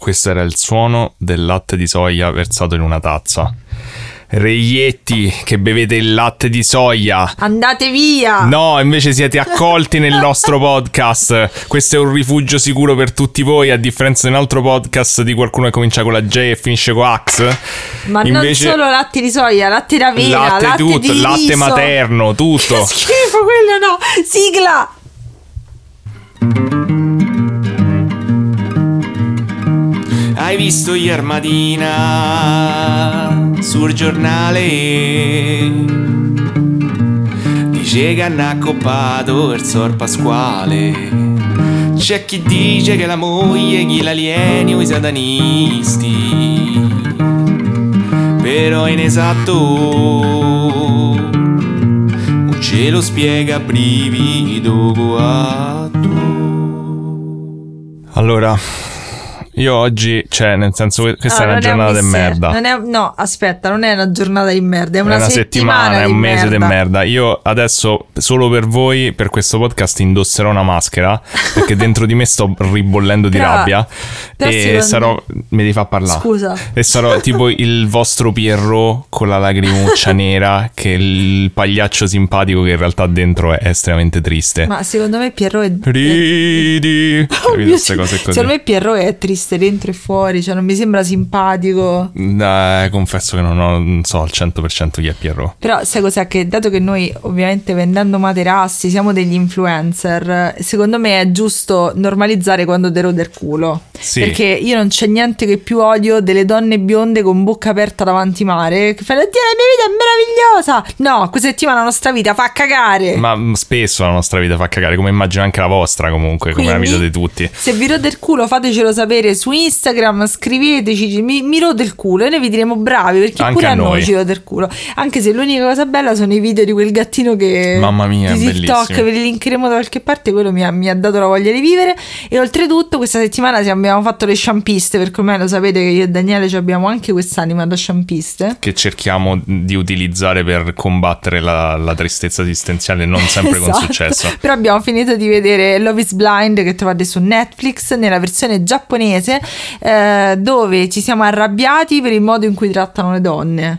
Questo era il suono del latte di soia versato in una tazza. Reietti che bevete il latte di soia, andate via! No, invece siete accolti nel nostro podcast. Questo è un rifugio sicuro per tutti voi, a differenza di un altro podcast di qualcuno che comincia con la J e finisce con Ax. Ma invece, non solo latte di soia, latte d'avena, latte tutto, di latte riso. materno, tutto. Che schifo quello, no! Sigla! Hai visto ieri mattina sul giornale? Dice che hanno accoppato il Sor Pasquale. C'è chi dice che la moglie chi l'alieni o i satanisti, però inesatto non ce lo spiega brivido guatto. Allora, io oggi, cioè, nel senso, questa è una giornata di merda. No, aspetta, non è una giornata di merda, è una settimana, è un mese di merda. Io adesso, solo per voi, per questo podcast, indosserò una maschera, perché dentro di me sto ribollendo di rabbia. E sarò, mi devi far parlare. Scusa. E sarò tipo il vostro Pierrot con la lacrimuccia nera, che è il pagliaccio simpatico che in realtà dentro è estremamente triste. Ma secondo me Pierrot è... Ridi. Queste cose così. Secondo me Pierrot è triste dentro e fuori, cioè non mi sembra simpatico. Confesso che non so al 100% chi è Pierrot. Però sai cos'è, che dato che noi ovviamente vendendo materassi siamo degli influencer, secondo me è giusto normalizzare quando te rode il culo. Sì. Perché io non c'è niente che più odio delle donne bionde con bocca aperta davanti mare che fanno: Dio, la mia vita è meravigliosa. No, questa settimana la nostra vita fa cagare. Ma spesso la nostra vita fa cagare, come immagino anche la vostra, comunque. Quindi, come la vita di tutti. Se vi rode il culo fatecelo sapere su Instagram, scriveteci, mi rode il culo e noi vi diremo bravi, perché anche pure a noi ci rode il culo. Anche se l'unica cosa bella sono i video di quel gattino che, mamma mia, di TikTok, bellissimo. ve li linkeremo da qualche parte. Quello mi ha dato la voglia di vivere. E oltretutto questa settimana abbiamo fatto le sciampiste, perché ormai lo sapete che io e Daniele abbiamo anche quest'anima da sciampiste che cerchiamo di utilizzare per combattere la tristezza esistenziale, non sempre esatto. Con successo. Però abbiamo finito di vedere Love is Blind, che trovate su Netflix nella versione giapponese, dove ci siamo arrabbiati per il modo in cui trattano le donne.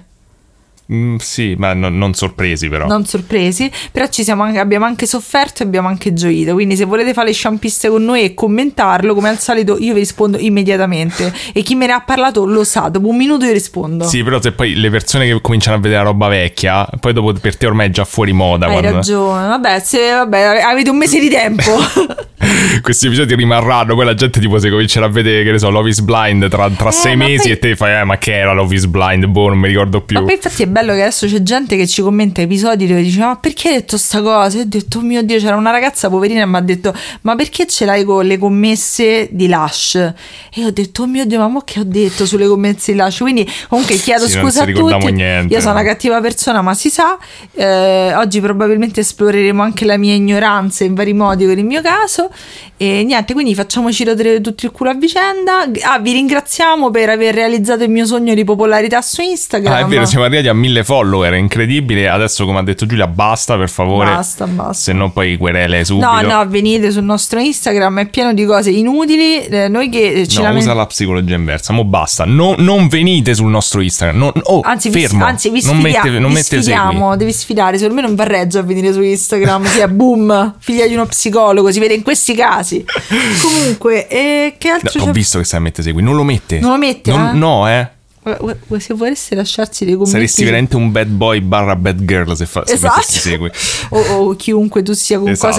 Sì, ma non sorpresi però. Non sorpresi, però abbiamo anche sofferto e abbiamo anche gioito. Quindi se volete fare le sciampiste con noi e commentarlo, come al solito io vi rispondo immediatamente. E chi me ne ha parlato lo sa, dopo un minuto io rispondo. Sì, però se poi le persone che cominciano a vedere la roba vecchia, poi dopo per te ormai è già fuori moda. Hai ragione, vabbè, avete un mese di tempo. Questi episodi rimarranno, poi la gente tipo se comincerà a vedere, che ne so, Love is Blind tra 6 mesi poi... e te fai ma che era Love is Blind? Boh, non mi ricordo più. Ma poi infatti è bello che adesso c'è gente che ci commenta episodi dove dice: ma perché hai detto sta cosa? E ho detto: oh mio Dio, c'era una ragazza poverina e mi ha detto: ma perché ce l'hai con le commesse di Lush? E io ho detto: oh mio Dio, ma mo che ho detto sulle commesse di Lush? Quindi comunque chiedo scusa a tutti, niente, io sono una cattiva persona, ma si sa. Oggi probabilmente esploreremo anche la mia ignoranza in vari modi per il mio caso. E niente, quindi facciamoci rodere tutto il culo a vicenda. Vi ringraziamo per aver realizzato il mio sogno di popolarità su Instagram. È vero, siamo arrivati a 1000 follower, è incredibile. Adesso, come ha detto Giulia, basta, per favore. Basta. Se no poi querele subito. No, venite sul nostro Instagram, è pieno di cose inutili. Noi che ce usa la psicologia inversa. Mo basta, non venite sul nostro Instagram. Anzi, fermo. Vi sfidiamo, devi sfidare. Secondo me non va reggio a venire su Instagram. Sia boom, figlia di uno psicologo, si vede in questi casi. Comunque, che altro ho visto che stai a mettere segui. Non lo mette. Non lo mette? No, Se volesse lasciarsi dei commenti, saresti veramente un bad boy / bad girl se mettessi segui. o chiunque tu sia con cosa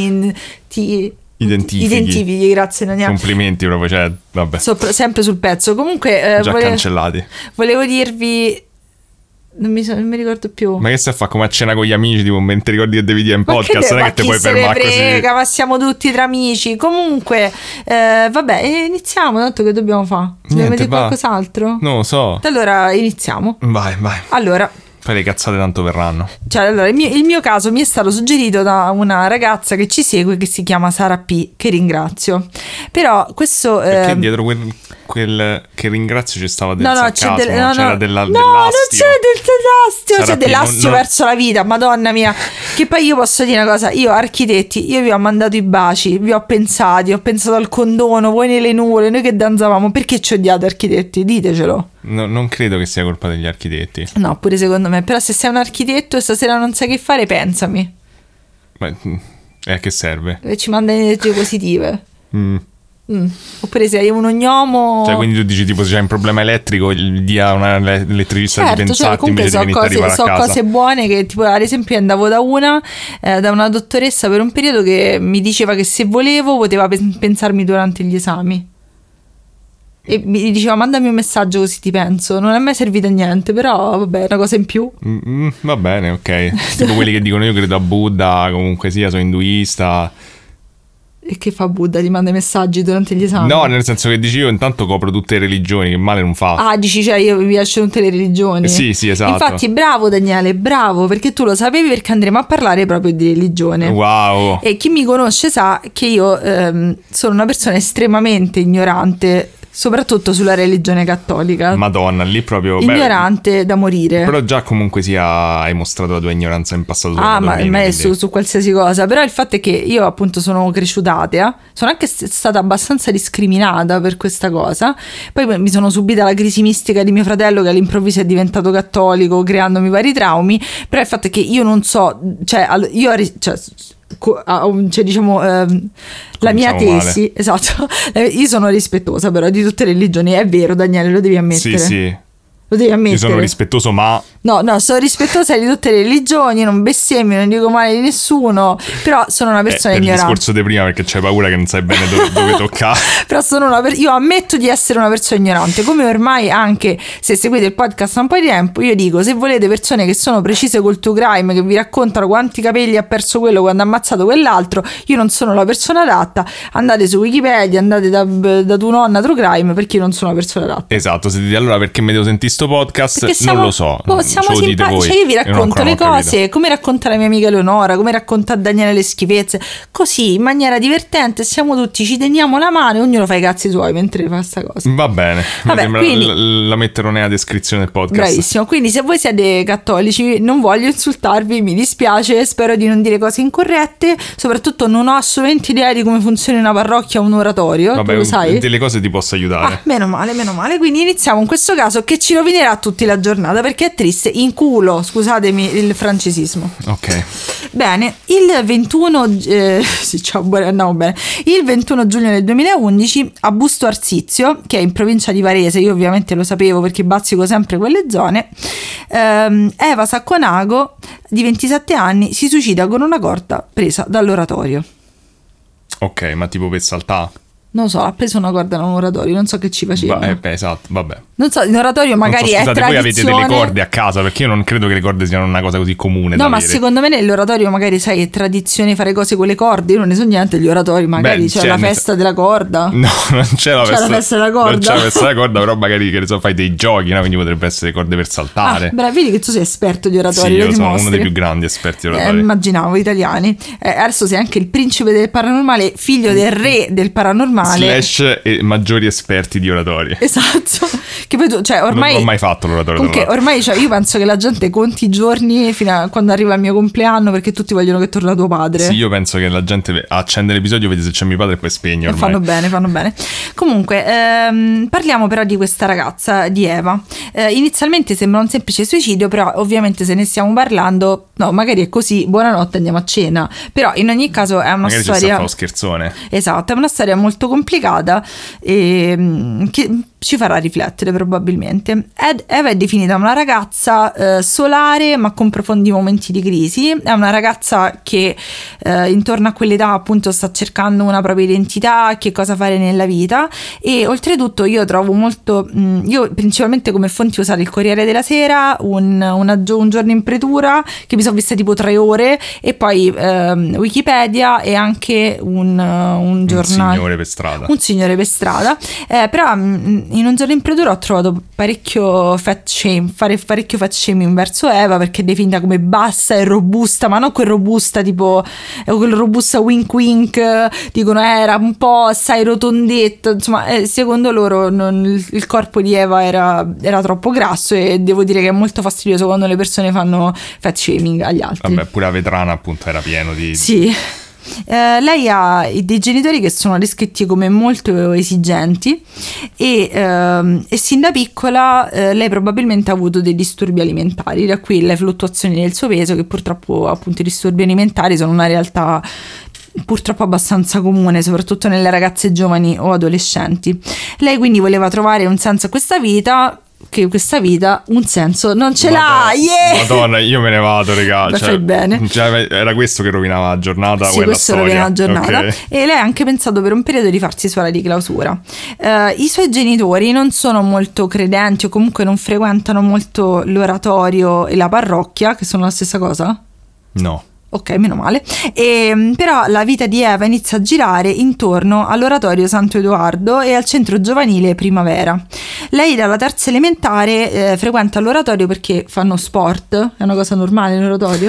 ti identifichi. Grazie Daniele, complimenti proprio, cioè vabbè, sempre sul pezzo. Comunque già cancellati. Volevo dirvi, non mi ricordo più. Ma che stai a fare come a cena con gli amici, tipo mentre ricordi che devi dire in podcast, non è che ti puoi fermare così. Ma siamo tutti tra amici. Comunque vabbè, iniziamo, tanto che dobbiamo fare. Dobbiamo dire qualcos'altro? Non lo so. Allora iniziamo. Vai. Allora, poi le cazzate tanto verranno. Cioè, allora, il mio caso mi è stato suggerito da una ragazza che ci segue, che si chiama Sara P, che ringrazio. Però questo perché dietro quel che ringrazio ci stava del No, sarcasmo, c'è c'era no, non dell'astio. c'è dell'astio, Sarà c'è dell'astio non- verso la vita, madonna mia. Che poi io posso dire una cosa, io architetti, io vi ho mandato i baci, vi ho pensato al condono, voi nelle nuvole, noi che danzavamo, perché ci odiate architetti? Ditecelo. No, non credo che sia colpa degli architetti. No, pure secondo me, però se sei un architetto e stasera non sai che fare, pensami. Ma a che serve? E ci manda energie positive. Mm. Oppure sei un ognomo. Cioè, quindi tu dici tipo se c'è un problema elettrico dia una elettricista di Certo, cioè, pensarti comunque invece di venire a arrivare a casa. cose buone che tipo ad esempio andavo da una dottoressa per un periodo che mi diceva che se volevo poteva pensarmi durante gli esami e mi diceva mandami un messaggio così ti penso. Non è mai servito a niente, però vabbè, è una cosa in più. Va bene, ok. Tipo quelli che dicono io credo a Buddha, comunque sia, sono induista. E che fa Buddha? Ti manda i messaggi durante gli esami? No, nel senso che dici io intanto copro tutte le religioni, che male non fa. Ah, dici, cioè io mi piacciono tutte le religioni. Sì, esatto. Infatti bravo Daniele, bravo, perché tu lo sapevi, perché andremo a parlare proprio di religione. Wow. E chi mi conosce sa che io sono una persona estremamente ignorante, soprattutto sulla religione cattolica. Madonna, lì proprio Ignorante da morire. Però già comunque sia hai mostrato la tua ignoranza in passato. Ma è su qualsiasi cosa. Però il fatto è che io appunto sono cresciuta atea, sono anche stata abbastanza discriminata per questa cosa. Poi mi sono subita la crisi mistica di mio fratello che all'improvviso è diventato cattolico, creandomi vari traumi. Però il fatto è che io non so, cioè diciamo la mia tesi male. esatto, io sono rispettosa però di tutte le religioni, è vero Daniele, lo devi ammettere. Sì. Lo devi ammettere. Io sono rispettoso, ma No, sono rispettosa di tutte le religioni, non bestemmio, non dico male di nessuno, però sono una persona per il ignorante. discorso di prima, perché c'hai paura che non sai bene dove toccare. Però io ammetto di essere una persona ignorante, come ormai anche se seguite il podcast da un po' di tempo, io dico, se volete persone che sono precise col true crime, che vi raccontano quanti capelli ha perso quello quando ha ammazzato quell'altro, io non sono la persona adatta, andate su Wikipedia, andate da tua nonna true crime, perché io non sono la persona adatta. Esatto, se dite allora perché mi devo sentire sto podcast, non lo so. Siamo simpatici, cioè io vi racconto le cose, come racconta la mia amica Eleonora, come racconta Daniele le schifezze, così in maniera divertente, siamo tutti, ci teniamo la mano e ognuno fa i cazzi suoi mentre fa sta cosa. Va bene. Vabbè, quindi, la metterò nella descrizione del podcast. Bravissimo, quindi se voi siete cattolici non voglio insultarvi, mi dispiace, spero di non dire cose incorrette, soprattutto non ho assolutamente idea di come funziona una parrocchia o un oratorio. Vabbè, tu lo sai? delle cose ti posso aiutare. Meno male, quindi iniziamo in questo caso che ci rovinerà tutti la giornata perché è triste, in culo, scusatemi il francesismo. Ok. Bene, il 21 andiamo bene. Il 21 giugno del 2011 a Busto Arsizio, che è in provincia di Varese, io ovviamente lo sapevo perché bazzico sempre quelle zone, Eva Sacconago di 27 anni si suicida con una corda presa dall'oratorio. Ok, ma tipo per saltare? Non so, ha preso una corda da un oratorio, non so che ci faceva. Esatto, vabbè. Non so, in oratorio magari non so, scusate, è tradizione. voi avete delle corde a casa, perché io non credo che le corde siano una cosa così comune da No, ma avere. secondo me nell'oratorio magari sai è tradizione fare cose con le corde, io non ne so niente, gli oratori magari c'è la festa della corda. No, non c'è la festa della corda. Non c'è la festa della corda, però magari che ne so, fai dei giochi, no? Quindi potrebbe essere corde per saltare. Bravo, vedi che tu sei esperto di oratori, sì, lo io sono dimostri. uno dei più grandi esperti di oratori. Immaginavo, italiani. Adesso sei anche il principe del paranormale, figlio del re del paranormale. / e maggiori esperti di oratorio. Esatto. Che poi tu, cioè ormai non ho mai fatto l'oratorio. Comunque ormai cioè, io penso che la gente conti i giorni fino a quando arriva il mio compleanno perché tutti vogliono che torna tuo padre. Sì, io penso che la gente accende l'episodio, vede se c'è mio padre e poi spegne ormai. Fanno bene. Comunque parliamo però di questa ragazza, di Eva. Inizialmente sembra un semplice suicidio, però ovviamente se ne stiamo parlando, no, magari è così, buonanotte, andiamo a cena. Però in ogni caso è una magari storia, ci sta a fare uno scherzone. Esatto, è una storia molto complicata e che ci farà riflettere probabilmente. Eva è definita una ragazza solare ma con profondi momenti di crisi. È una ragazza che intorno a quell'età appunto sta cercando una propria identità, che cosa fare nella vita, e oltretutto io trovo molto io principalmente come fonti ho usato il Corriere della Sera, un giorno in pretura che mi sono vista tipo 3 ore, e poi Wikipedia e anche un giornale, un signore per strada. Però in Un giorno in pretura ho trovato parecchio fare parecchio fat shaming verso Eva, perché è definita come bassa e robusta, ma non quel robusta tipo quel robusta wink wink, dicono era un po' sai rotondetto, insomma secondo loro il corpo di Eva era troppo grasso, e devo dire che è molto fastidioso quando le persone fanno fat shaming agli altri. Vabbè, pure a Vetrana appunto era pieno di... Sì. Lei ha dei genitori che sono descritti come molto esigenti e sin da piccola lei probabilmente ha avuto dei disturbi alimentari, da qui le fluttuazioni del suo peso, che purtroppo appunto i disturbi alimentari sono una realtà purtroppo abbastanza comune, soprattutto nelle ragazze giovani o adolescenti. Lei quindi voleva trovare un senso a questa vita, che questa vita un senso non ce l'ha. Madonna, io me ne vado, regà. Beh, fai bene. Era questo che rovinava la giornata, sì, quella questo storia. rovina la giornata. Okay. E lei ha anche pensato per un periodo di farsi suora di clausura. I suoi genitori non sono molto credenti, o comunque non frequentano molto l'oratorio e la parrocchia, che sono la stessa cosa? No. Ok, meno male. Però la vita di Eva inizia a girare intorno all'oratorio Santo Edoardo e al centro giovanile Primavera. Lei dalla terza elementare frequenta l'oratorio perché fanno sport. È una cosa normale l'oratorio?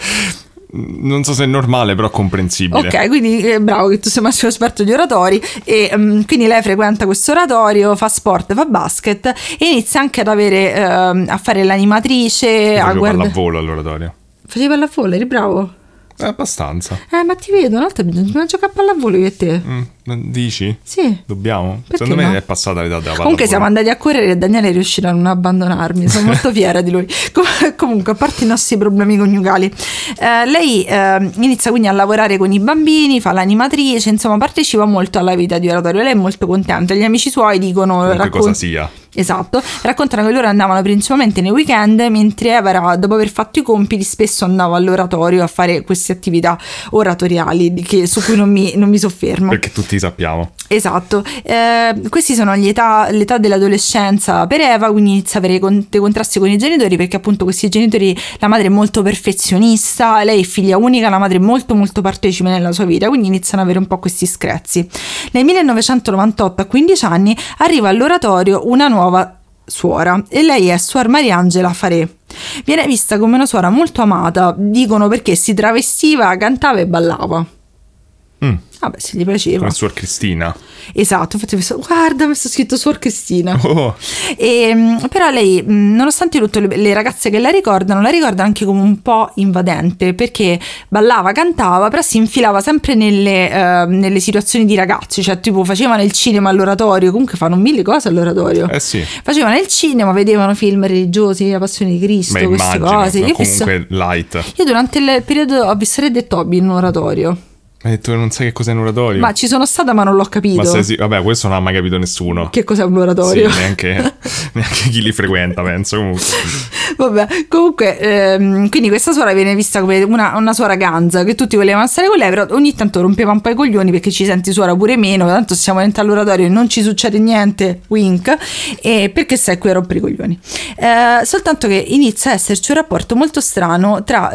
Non so se è normale, però comprensibile. Ok, quindi bravo che tu sei massimo esperto di oratori. E quindi lei frequenta questo oratorio, fa sport, fa basket, e inizia anche ad avere a fare l'animatrice, a guardare pallavolo all'oratorio. Facevi pallavolo, eri bravo? Abbastanza. Ma ti vedo, una volta bisogna giocare a pallavolo io e te. Dici? Sì. Dobbiamo? Perché Secondo me no? è passata l'età della pallavolo. Comunque siamo andati a correre e Daniele riuscirà a non abbandonarmi, sono molto fiera di lui. Comunque, a parte i nostri problemi coniugali, lei inizia quindi a lavorare con i bambini, fa l'animatrice, insomma partecipa molto alla vita di oratorio. Lei è molto contenta, gli amici suoi dicono cosa sia. Esatto, raccontano che loro andavano principalmente nei weekend, mentre Eva, dopo aver fatto i compiti, spesso andava all'oratorio a fare queste attività oratoriali su cui non mi soffermo. Perché tutti sappiamo. Esatto, questi sono l'età dell'adolescenza per Eva, quindi inizia a avere dei contrasti con i genitori, perché appunto questi genitori, la madre è molto perfezionista, lei è figlia unica, la madre è molto molto partecipe nella sua vita, quindi iniziano ad avere un po' questi screzi. Nel 1998, a 15 anni, arriva all'oratorio una nuova suora, e lei è Suor Mariangela Farè. Viene vista come una suora molto amata, dicono perché si travestiva, cantava e ballava. Vabbè, se gli piaceva. Come Suor Cristina. Esatto, infatti guarda, mi sto scritto Suor Cristina. Oh. Però lei, nonostante tutto, le ragazze che la ricordano anche come un po' invadente, perché ballava, cantava, però si infilava sempre nelle situazioni di ragazzi, cioè tipo facevano il cinema all'oratorio, comunque fanno mille cose all'oratorio. Sì. Facevano il cinema, vedevano film religiosi, la Passione di Cristo, beh, queste immagino, cose. ma comunque light. Io durante il periodo ho visto Re dei Tobi in un oratorio. Hai detto che non sai che cos'è un oratorio? Ma ci sono stata, ma non l'ho capito. Vabbè, questo non ha mai capito nessuno. Che cos'è un oratorio? Sì, neanche chi li frequenta, penso. Vabbè, comunque, quindi questa suora viene vista come una suora ganza, che tutti volevano stare con lei, però ogni tanto rompeva un po' i coglioni, perché ci senti suora pure meno, tanto stiamo dentro all'oratorio e non ci succede niente, wink, e perché stai qui a rompere i coglioni. Soltanto che inizia a esserci un rapporto molto strano tra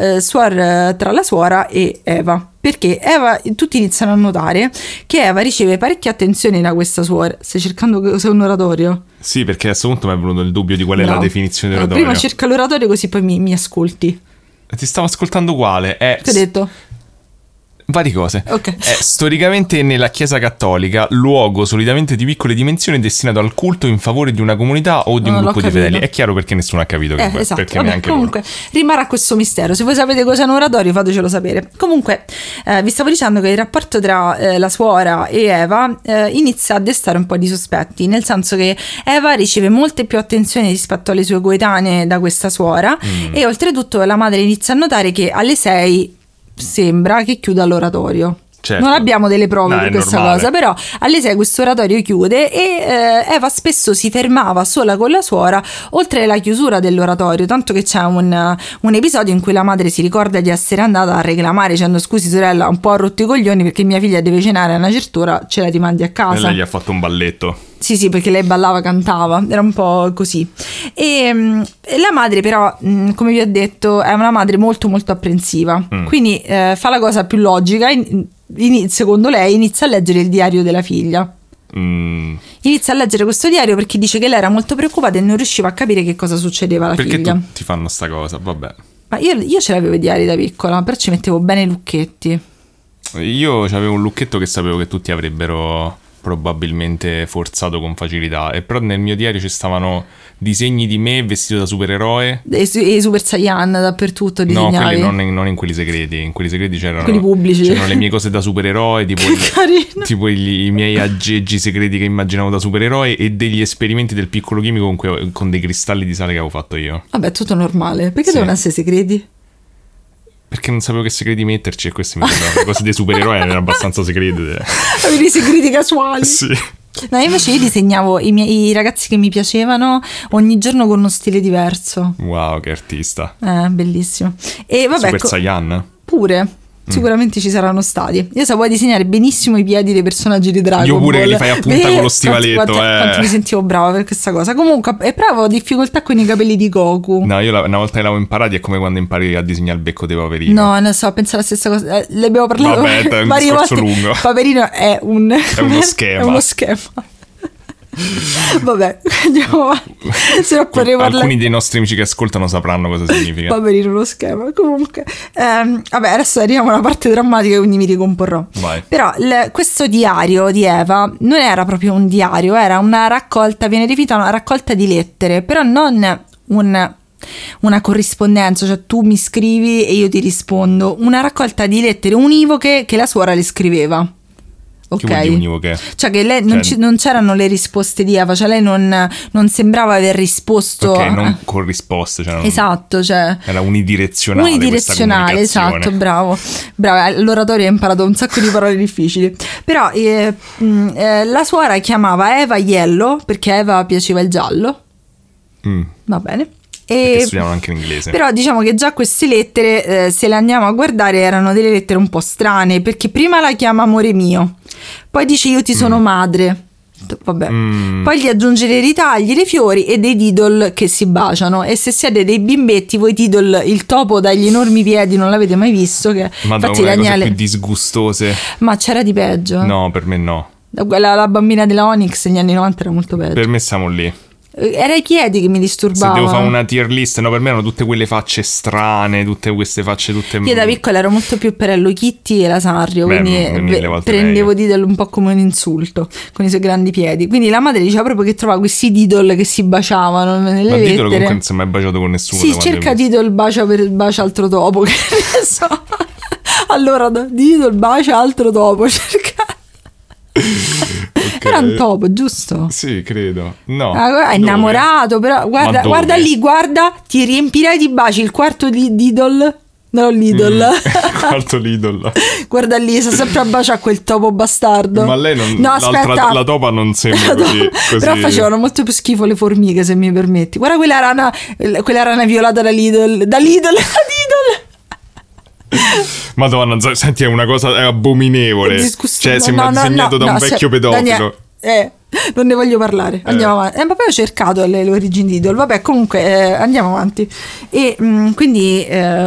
la suora e Eva. Perché Eva, tutti iniziano a notare che Eva riceve parecchie attenzioni da questa suora. Stai cercando cos'è un oratorio? Sì, perché a questo punto mi è venuto il dubbio di qual è la definizione di oratorio. Prima cerca l'oratorio, così poi mi ascolti. Ti stavo ascoltando uguale. Che ho detto? Varie cose. Okay. È storicamente nella Chiesa Cattolica luogo solitamente di piccole dimensioni destinato al culto in favore di una comunità o di un gruppo di fedeli. È chiaro perché nessuno ha capito che esatto. perché Vabbè, neanche comunque rimarrà questo mistero. Se voi sapete cos'è un oratorio, fatecelo sapere. Comunque vi stavo dicendo che il rapporto tra la suora e Eva inizia a destare un po' di sospetti, nel senso che Eva riceve molte più attenzioni rispetto alle sue coetanee da questa suora e oltretutto la madre inizia a notare che alle 6 sembra che chiuda l'oratorio. Certo. Non abbiamo delle prove per questa normale. cosa, però alle 6 questo oratorio chiude e Eva spesso si fermava sola con la suora oltre la chiusura dell'oratorio, tanto che c'è un episodio in cui la madre si ricorda di essere andata a reclamare dicendo: scusi sorella, un po' ha rotto i coglioni perché mia figlia deve cenare a una certa ora, ce la rimandi a casa. E lei gli ha fatto un balletto. Sì, perché lei ballava, cantava, era un po' così. E la madre però, come vi ho detto, è una madre molto molto apprensiva, quindi fa la cosa più logica, secondo lei inizia a leggere il diario della figlia. Inizia a leggere questo diario perché dice che lei era molto preoccupata e non riusciva a capire che cosa succedeva alla Perché figlia. tutti fanno sta cosa, vabbè. Ma io ce l'avevo i diari da piccola, però ci mettevo bene i lucchetti. Io avevo un lucchetto che sapevo che tutti avrebbero probabilmente forzato con facilità, e però nel mio diario ci stavano disegni di me vestito da supereroe. E i Super Saiyan dappertutto No, disegnati. quelli non in quelli segreti. In quelli segreti c'erano Quelli pubblici. C'erano le mie cose da supereroe, tipo, Carino. tipo i miei aggeggi segreti che immaginavo da supereroe, e degli esperimenti del piccolo chimico con dei cristalli di sale che avevo fatto io. Vabbè, tutto normale. Perché Sì. devono essere segreti? Perché non sapevo che segreti metterci, e queste mi sembrano le cose dei supereroi erano abbastanza segrete. Avevi i segreti casuali. Sì. No, invece io disegnavo i ragazzi che mi piacevano ogni giorno con uno stile diverso. Wow, che artista. Bellissimo. E vabbè, Super Saiyan? pure. Sicuramente ci saranno stati. Io sapevo disegnare benissimo i piedi dei personaggi di Dragon Ball. Io pure che li fai a punta con lo stivaletto, quanto mi sentivo brava per questa cosa. Comunque, e però avevo difficoltà con i capelli di Goku. No, io una volta che l'avevo imparati è come quando impari a disegnare il becco dei Paperino. No, non so, penso la stessa cosa. Le abbiamo parlato Vabbè, è un varie discorso volte. lungo. Paperino è uno schema. È uno schema. Vabbè, andiamo avanti. Se no potrei parlare. Alcuni dei nostri amici che ascoltano sapranno cosa significa. Paperino uno schema. Comunque, vabbè, adesso arriviamo alla parte drammatica, quindi mi ricomporrò. Vai. Però questo diario di Eva non era proprio un diario, era una raccolta, viene definita una raccolta di lettere, però non una corrispondenza, cioè tu mi scrivi e io ti rispondo, una raccolta di lettere univoche che la suora le scriveva. Che vuol dire univoche? Cioè che lei non c'erano le risposte di Eva, cioè lei non sembrava aver risposto. Ok, non con risposte, cioè esatto, cioè era unidirezionale. Unidirezionale, esatto, bravo. L'oratorio ha imparato un sacco di parole difficili. Però la suora chiamava Eva Yellow perché a Eva piaceva il giallo. Va bene. Perché studiavano anche l'inglese. Però diciamo che già queste lettere, se le andiamo a guardare, erano delle lettere un po' strane, perché prima la chiama amore mio, poi dice io ti sono madre, vabbè, poi gli aggiunge dei ritagli, dei fiori e dei Diddle che si baciano, e se siete dei bimbetti voi Diddle, il topo dagli enormi piedi, non l'avete mai visto, che Madonna, infatti le cose più disgustose. Ma c'era di peggio. No, per me no. La bambina della Onyx negli anni 90 era molto peggio. Per me siamo lì. Era i piedi che mi disturbavano. Se devo fare una tier list, no, per me erano tutte quelle facce strane, tutte queste facce tutte. Io da piccola ero molto più per Hello Kitty e la Sanrio, quindi prendevo Diddle un po' come un insulto con i suoi grandi piedi. Quindi la madre diceva proprio che trovava questi Diddle che si baciavano nelle lettere. Diddle comunque non si è mai baciato con nessuno. Sì, cerca Diddle bacia altro topo, che ne so. Allora Diddle bacia altro topo, cerca. Okay. Era un topo, giusto? Sì, credo. No. È innamorato, però guarda lì, guarda, ti riempirai di baci il quarto di Diddle. No, Lidl. Quarto Lidl. Guarda lì, sta sempre a baciare a quel topo bastardo. Ma lei non. No, aspetta. La topa non sembra così. Però facevano molto più schifo le formiche, se mi permetti. Guarda quella rana violata da Lidl. Da Lidl. Madonna, senti, è una cosa abominevole. Cioè, sembra disegnato da un vecchio pedofilo. Non ne voglio parlare. Andiamo avanti. Proprio ho cercato le origini di Idol. Vabbè, comunque andiamo avanti. E quindi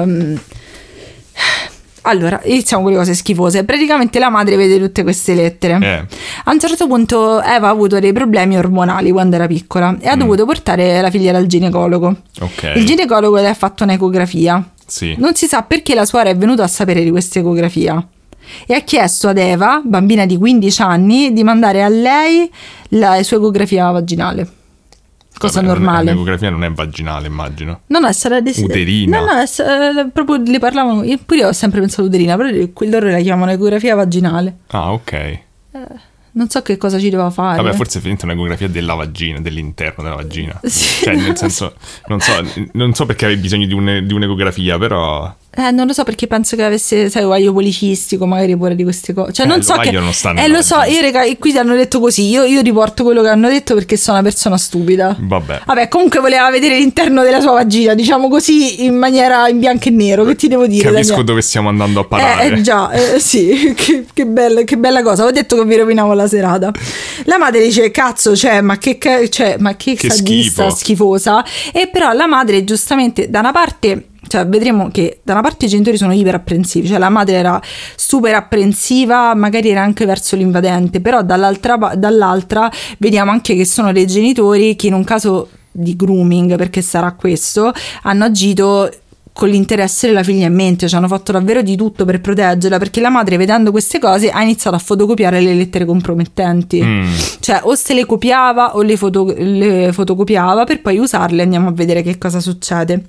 allora iniziamo con le cose schifose. Praticamente la madre vede tutte queste lettere. A un certo punto Eva ha avuto dei problemi ormonali quando era piccola e ha dovuto portare la figlia dal ginecologo. Il ginecologo le ha fatto un'ecografia. Sì. Non si sa perché la suora è venuta a sapere di questa ecografia e ha chiesto ad Eva, bambina di 15 anni, di mandare a lei la sua ecografia vaginale. Cosa normale. L'ecografia non è vaginale, immagino. No, sarà uterina. No, proprio le parlavano. Io pure ho sempre pensato uterina, però loro la chiamano ecografia vaginale. Ah, ok. Non so che cosa ci doveva fare. Vabbè, forse è finita un'ecografia della vagina, dell'interno della vagina. Sì, cioè, nel senso, non so perché avevi bisogno di un'ecografia, però. Non lo so, perché penso che avesse, sai, ovaio policistico, magari pure di queste cose. Cioè, non so che. Non sta lo so, io raga, qui hanno detto così. Io riporto quello che hanno detto perché sono una persona stupida. Vabbè, comunque voleva vedere l'interno della sua vagina, diciamo così, in maniera in bianco e nero. Che ti devo dire? Capisco dove stiamo andando a parare. Già, sì, che bella cosa. Ho detto che vi rovinavo la serata. La madre dice: cazzo, ma che sadista, schifosa. E però la madre, giustamente, da una parte cioè vedremo che da una parte i genitori sono iperapprensivi, cioè la madre era super apprensiva, magari era anche verso l'invadente, però dall'altra vediamo anche che sono dei genitori che in un caso di grooming, perché sarà questo, hanno agito con l'interesse della figlia in mente, cioè hanno fatto davvero di tutto per proteggerla, perché la madre, vedendo queste cose, ha iniziato a fotocopiare le lettere compromettenti, cioè o se le copiava o le fotocopiava per poi usarle. Andiamo a vedere che cosa succede.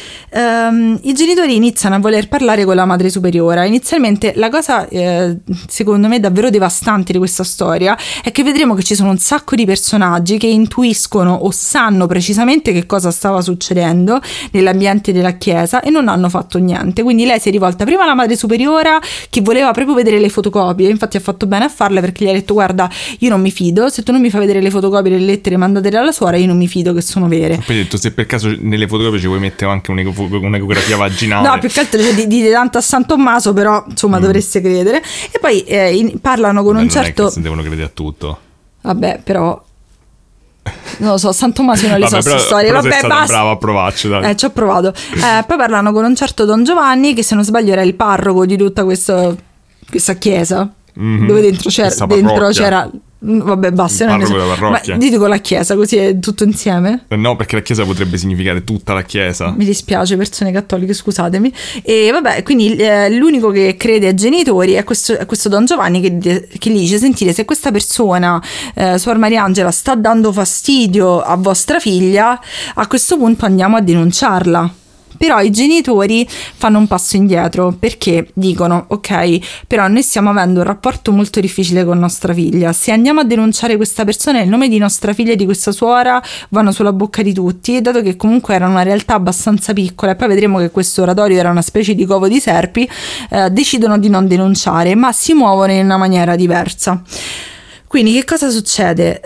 I genitori iniziano a voler parlare con la madre superiora. Inizialmente la cosa secondo me davvero devastante di questa storia è che vedremo che ci sono un sacco di personaggi che intuiscono o sanno precisamente che cosa stava succedendo nell'ambiente della chiesa e non hanno fatto niente. Quindi lei si è rivolta prima alla madre superiora, che voleva proprio vedere le fotocopie, infatti ha fatto bene a farle, perché gli ha detto: guarda, io non mi fido, se tu non mi fai vedere le fotocopie delle lettere mandate dalla suora, io non mi fido che sono vere. Poi hai detto, se per caso nelle fotocopie ci vuoi mettere anche un'ecografia vaginale. No, più che altro dite tanto a San Tommaso, però insomma dovreste credere. E poi parlano con un certo... Non è che devono credere a tutto. Vabbè, però... non lo so, San Tommaso non le so queste storie. Però Vabbè, sei stata brava a provarci, dai. Ci ho provato. Poi parlano con un certo Don Giovanni, che se non sbaglio era il parroco di tutta questa chiesa, dove dentro c'era vabbè, basta, non ne so. Ma dico la chiesa, così è tutto insieme? No, perché la chiesa potrebbe significare tutta la chiesa. Mi dispiace, persone cattoliche, scusatemi. E vabbè, quindi l'unico che crede ai genitori è questo Don Giovanni che gli dice: sentite, se questa persona, Suor Mariangela, sta dando fastidio a vostra figlia, a questo punto andiamo a denunciarla. Però i genitori fanno un passo indietro, perché dicono: ok, però noi stiamo avendo un rapporto molto difficile con nostra figlia, se andiamo a denunciare questa persona, il nome di nostra figlia e di questa suora vanno sulla bocca di tutti, e dato che comunque era una realtà abbastanza piccola, e poi vedremo che questo oratorio era una specie di covo di serpi, decidono di non denunciare, ma si muovono in una maniera diversa. Quindi che cosa succede?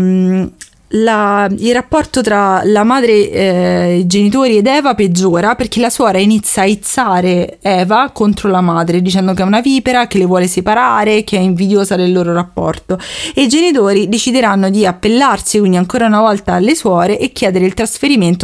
Il rapporto tra la madre, i genitori ed Eva peggiora, perché la suora inizia a izzare Eva contro la madre, dicendo che è una vipera, che le vuole separare, che è invidiosa del loro rapporto, e i genitori decideranno di appellarsi quindi ancora una volta alle suore e chiedere il trasferimento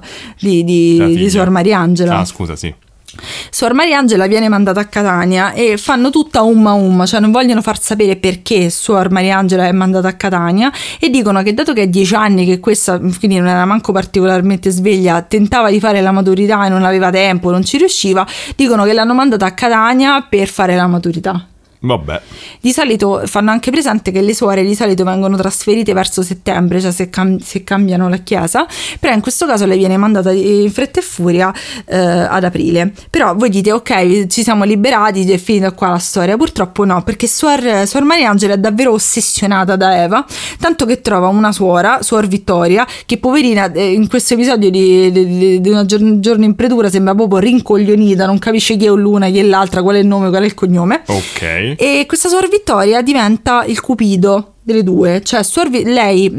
di Suor Mariangela. Ah, scusa, sì. Suor Mariangela viene mandata a Catania e fanno tutta umma, cioè non vogliono far sapere perché Suor Mariangela è mandata a Catania, e dicono che dato che è 10 anni che questa, quindi non era manco particolarmente sveglia, tentava di fare la maturità e non aveva tempo, non ci riusciva, dicono che l'hanno mandata a Catania per fare la maturità. Vabbè. Di solito fanno anche presente che le suore di solito vengono trasferite verso settembre, cioè se cambiano la chiesa, però in questo caso lei viene mandata in fretta e furia ad aprile. Però voi dite: ok, ci siamo liberati, è finita qua la storia. Purtroppo no, perché Suor Mariangela è davvero ossessionata da Eva, tanto che trova una suora, Suor Vittoria, che poverina in questo episodio di una giorno in pretura sembra proprio rincoglionita, non capisce chi è l'una, chi è l'altra, qual è il nome, qual è il cognome. Ok. E questa Suor Vittoria diventa il cupido delle due, cioè lei,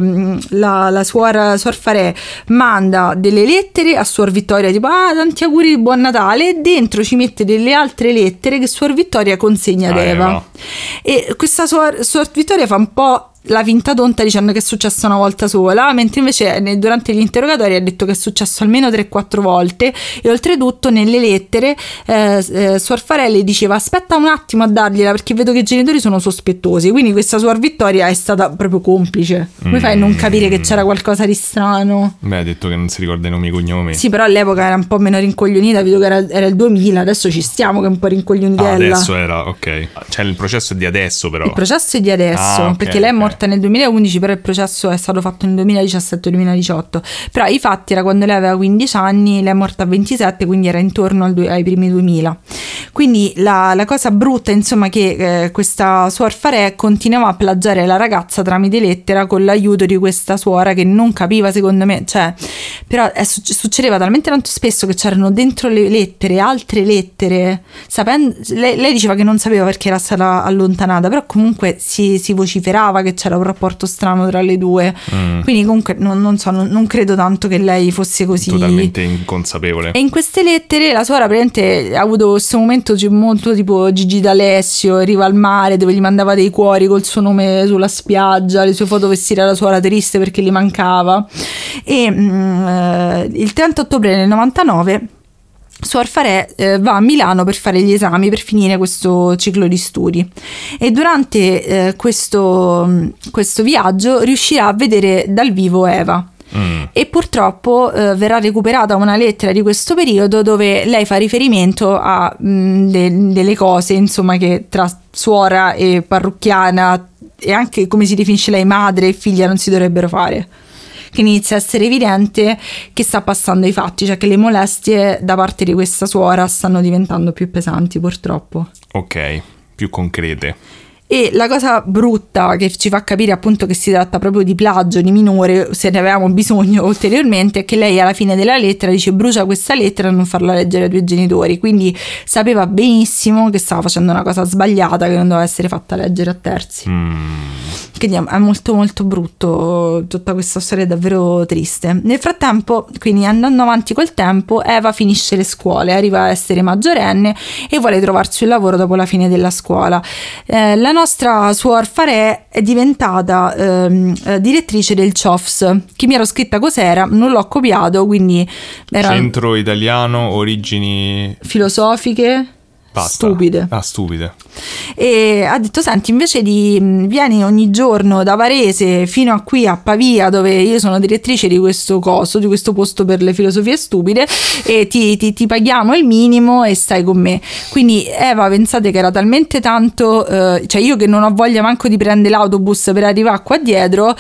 la Suor Farè, manda delle lettere a Suor Vittoria tipo: tanti auguri di buon Natale, e dentro ci mette delle altre lettere che Suor Vittoria consegna ad Eva. E questa Suor Vittoria fa un po' la finta tonta dicendo che è successo una volta sola, mentre invece durante gli interrogatori ha detto che è successo almeno 3-4 volte, e oltretutto nelle lettere Suor Farelli diceva: aspetta un attimo a dargliela perché vedo che i genitori sono sospettosi. Quindi questa Suor Vittoria è stata proprio complice. Come fai a non capire che c'era qualcosa di strano? Beh, ha detto che non si ricorda i nomi e i cognomi. Sì, però all'epoca era un po' meno rincoglionita, vedo che era il 2000, adesso ci stiamo che è un po' rincoglionitella. Adesso era, ok. Cioè il processo è di adesso, però. Il processo è di adesso, okay, perché lei è morta nel 2011, però il processo è stato fatto nel 2017-2018. Però i fatti era quando lei aveva 15 anni, lei è morta a 27, quindi era intorno ai primi 2000. Quindi la cosa brutta, insomma, che questa Suor Farè continuava a plagiare la ragazza tramite lettera con l'aiuto di questa suora che non capiva, secondo me, cioè, però succedeva talmente tanto spesso che c'erano dentro le lettere altre lettere, lei diceva che non sapeva perché era stata allontanata, però comunque si vociferava che c'era un rapporto strano tra le due. Quindi comunque non credo tanto che lei fosse così totalmente inconsapevole. E in queste lettere la suora praticamente ha avuto questo momento molto tipo Gigi D'Alessio, Riva al mare, dove gli mandava dei cuori col suo nome sulla spiaggia, le sue foto vestite da suora triste perché gli mancava. E il 30 ottobre del 99 Suor Farè va a Milano per fare gli esami, per finire questo ciclo di studi, e durante questo viaggio riuscirà a vedere dal vivo Eva. E purtroppo verrà recuperata una lettera di questo periodo dove lei fa riferimento a delle cose, insomma, che tra suora e parrocchiana, e anche come si definisce lei, madre e figlia, non si dovrebbero fare. Che inizia a essere evidente che sta passando ai fatti, cioè che le molestie da parte di questa suora stanno diventando più pesanti, purtroppo. Ok, più concrete. E la cosa brutta che ci fa capire appunto che si tratta proprio di plagio di minore, se ne avevamo bisogno ulteriormente, è che lei alla fine della lettera dice: brucia questa lettera e non farla leggere ai tuoi genitori. Quindi sapeva benissimo che stava facendo una cosa sbagliata, che non doveva essere fatta leggere a terzi. Quindi è molto molto brutto, tutta questa storia è davvero triste. Nel frattempo, quindi andando avanti col tempo, Eva finisce le scuole, arriva a essere maggiorenne e vuole trovarsi un lavoro dopo la fine della scuola. La nostra suor Farè è diventata direttrice del CIOFS, che mi ero scritta cos'era, non l'ho copiato, quindi era Centro Italiano Origini Filosofiche. Basta. Stupide. E ha detto: senti, invece vieni ogni giorno da Varese fino a qui a Pavia, dove io sono direttrice di questo posto per le filosofie stupide, e ti paghiamo il minimo e stai con me. Quindi Eva, pensate che era talmente tanto, cioè io che non ho voglia manco di prendere l'autobus per arrivare qua dietro,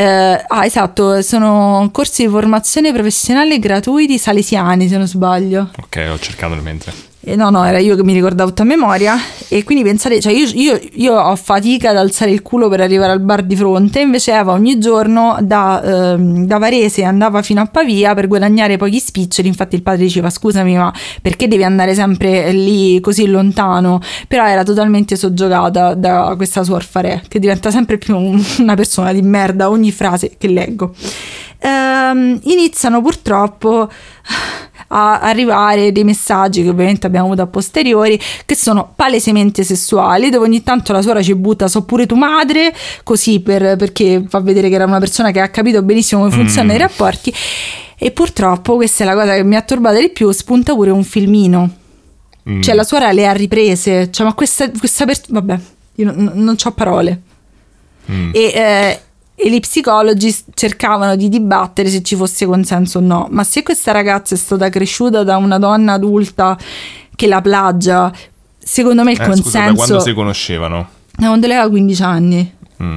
esatto, sono corsi di formazione professionale gratuiti salesiani, se non sbaglio. Ok, ho cercato nel mentre. No, era io che mi ricordavo tutta a memoria. E quindi pensate, cioè io ho fatica ad alzare il culo per arrivare al bar di fronte, invece Eva ogni giorno da Varese andava fino a Pavia per guadagnare pochi spiccioli. Infatti il padre diceva: scusami, ma perché devi andare sempre lì così lontano? Però era totalmente soggiogata da questa suor Farè, che diventa sempre più una persona di merda ogni frase che leggo. Iniziano purtroppo a arrivare dei messaggi che ovviamente abbiamo avuto a posteriori, che sono palesemente sessuali, dove ogni tanto la suora ci butta: so pure tu madre, così perché fa vedere che era una persona che ha capito benissimo come funzionano i rapporti. E purtroppo, questa è la cosa che mi ha turbata di più, spunta pure un filmino. Cioè la suora le ha riprese, cioè, ma questa vabbè, io non c'ho parole. E gli psicologi cercavano di dibattere se ci fosse consenso o no. Ma se questa ragazza è stata cresciuta da una donna adulta che la plagia, secondo me il consenso... Scusa, da quando si conoscevano? Da quando lei aveva 15 anni.